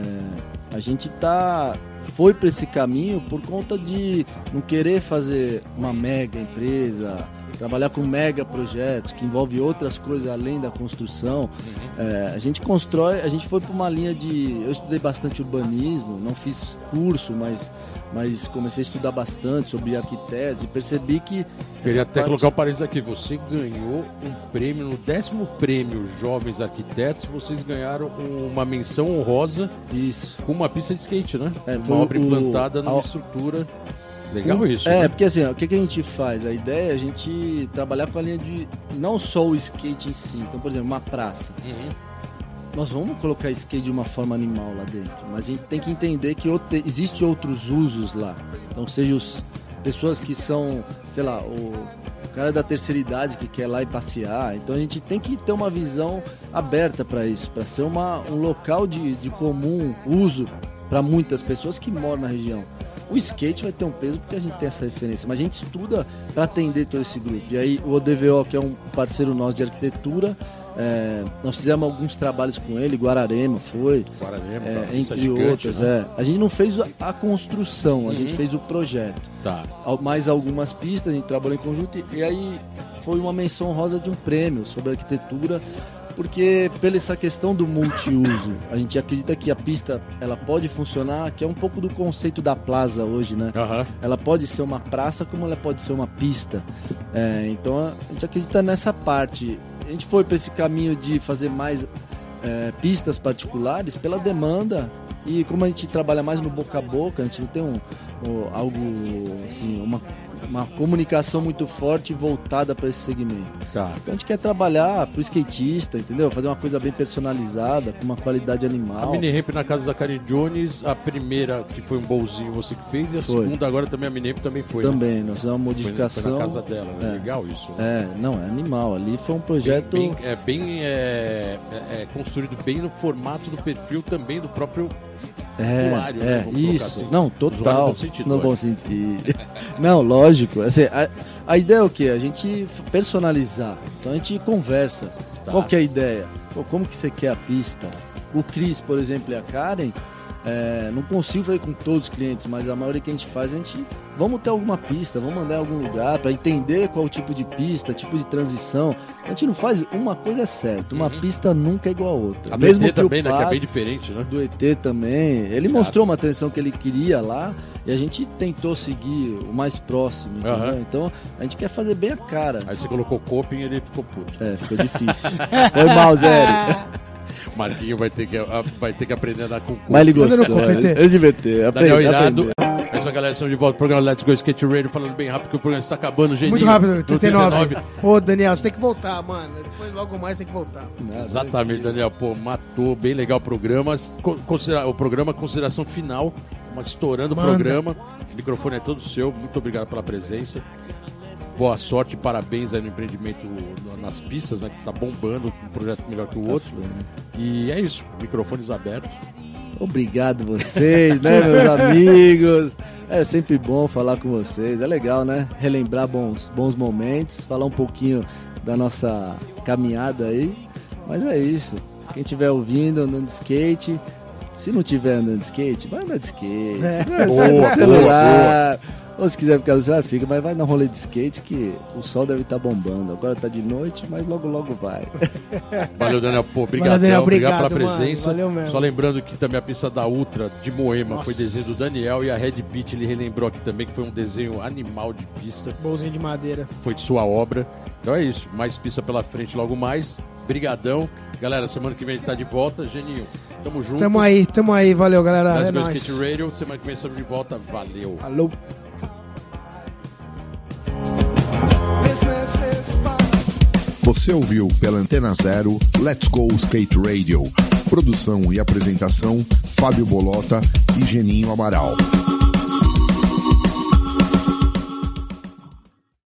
é, a gente tá... foi para esse caminho por conta de não querer fazer uma mega empresa, trabalhar com mega projetos que envolve outras coisas além da construção. Uhum. É, a gente constrói, a gente foi para uma linha de... Eu estudei bastante urbanismo, não fiz curso, mas, mas comecei a estudar bastante sobre arquitetos e percebi que... Queria até parte... colocar um parênteses aqui. Você ganhou um prêmio, no décimo prêmio Jovens Arquitetos, vocês ganharam uma menção honrosa. Isso. Com uma pista de skate, né? É, uma obra o... implantada numa Ao... estrutura. Legal isso. É, né? porque assim, ó, o que, que a gente faz? A ideia é a gente trabalhar com a linha de... Não só o skate em si. Então, por exemplo, uma praça. Uhum. Nós vamos colocar skate de uma forma animal lá dentro. Mas a gente tem que entender que outro... existe outros usos lá. Então, seja os... pessoas que são, sei lá, o... o cara da terceira idade que quer ir lá e passear. Então a gente tem que ter uma visão aberta para isso, para ser uma, um local de, de comum uso para muitas pessoas que moram na região. O skate vai ter um peso porque a gente tem essa referência, mas a gente estuda para atender todo esse grupo. E aí o O D V O, que é um parceiro nosso de arquitetura, é, nós fizemos alguns trabalhos com ele, Guararema foi, Guararema, é, entre gigante, outros. né? É. A gente não fez a construção, a Uhum. gente fez o projeto. Tá. Mais algumas pistas, a gente trabalhou em conjunto e aí foi uma menção honrosa de um prêmio sobre arquitetura, porque pela essa questão do multiuso, a gente acredita que a pista ela pode funcionar, que é um pouco do conceito da plaza hoje, né? Uhum. Ela pode ser uma praça como ela pode ser uma pista. É, então a gente acredita nessa parte. A gente foi para esse caminho de fazer mais é, pistas particulares pela demanda, e como a gente trabalha mais no boca a boca, a gente não tem um, um, algo assim, uma, uma comunicação muito forte voltada para esse segmento. Tá. Então a gente quer trabalhar pro skatista, entendeu? Fazer uma coisa bem personalizada, com uma qualidade animal. A mini ramp na casa da Karen Jones, a primeira que foi um bolzinho você que fez, e a Foi. segunda agora também a mini ramp também foi. Também, né? nós fizemos uma modificação. Foi na casa dela, né? É. Legal isso. Né? É, não, é animal. Ali foi um projeto... Bem, bem, é bem é, é, é construído bem no formato do perfil também do próprio É, usuário, é, né? Vamos colocar isso. assim. Não, Usuário no total. bom sentido, No bom lógico. sentido. Não, lógico. Assim, a, a ideia é o quê? A gente personalizar. Então a gente conversa. Tá. Qual que é a ideia? Pô, como que você quer a pista? O Cris, por exemplo, e a Karen, é, não consigo fazer com todos os clientes, mas a maioria que a gente faz, a gente... Vamos ter alguma pista, vamos mandar em algum lugar para entender qual o tipo de pista, tipo de transição. A gente não faz... Uma coisa é certa, uma Uhum. pista nunca é igual a outra. A Mesmo B T que o também, né? Que é bem passe- diferente, né? do E T também. Ele mostrou uma atenção que ele queria lá e a gente tentou seguir o mais próximo, entendeu? Aham. Então a gente quer fazer bem a cara. Aí você colocou coping e ele ficou puto. É, ficou difícil. Foi mal, Zé. O Marquinho vai ter que, a- vai ter que aprender a andar com coping. Mas ele Manda no gostou. competê. Ele, ele diverteu. Daniel Aprendeu. Irado. É isso, galera. Estamos de volta. O programa Let's Go Skate Radio. Falando bem rápido que o programa está acabando, Geninho. Muito rápido, No trinta e nove. Ô, Daniel, você tem que voltar, mano. Depois, logo mais, tem que voltar. Exatamente, Daniel. Pô, matou. Bem legal o programa. Co- considera- o programa, consideração final. Uma estourando o Manda. programa. O microfone é todo seu. Muito obrigado pela presença. Boa sorte e parabéns aí no empreendimento no- nas pistas, né? Que tá bombando. Um projeto melhor que o outro. E é isso. Microfones abertos. Obrigado vocês, né, meus amigos. É sempre bom falar com vocês. É legal, né? Relembrar bons, bons momentos, falar um pouquinho da nossa caminhada aí. Mas é isso. Quem estiver ouvindo, andando de skate. Se não tiver andando de skate, vai andar de skate. É. Vai Boa, no boa, celular. Ou se quiser ficar no celular, fica, mas vai dar um rolê de skate que o sol deve estar bombando. Agora tá de noite, mas logo logo vai. Valeu, Daniel. Pô, obrigado, Valeu, Daniel, obrigado obrigado, pela mano. presença. Valeu mesmo. Só lembrando que também a pista da Ultra de Moema Nossa. foi desenho do Daniel e a Red Beat ele relembrou aqui também que foi um desenho animal de pista, Bolzinho de madeira. foi de sua obra. Então é isso, mais pista pela frente logo mais. Brigadão. Galera, semana que vem a gente tá de volta. Geninho, tamo junto. Tamo aí, tamo aí. Valeu, galera. Let's É Go nóis. Skate Radio. Semana que vem estamos de volta. Valeu. Alô. Você Você ouviu pela Antena Zero Let's Go Skate Radio. Produção e apresentação Fábio Bolota e Geninho Amaral.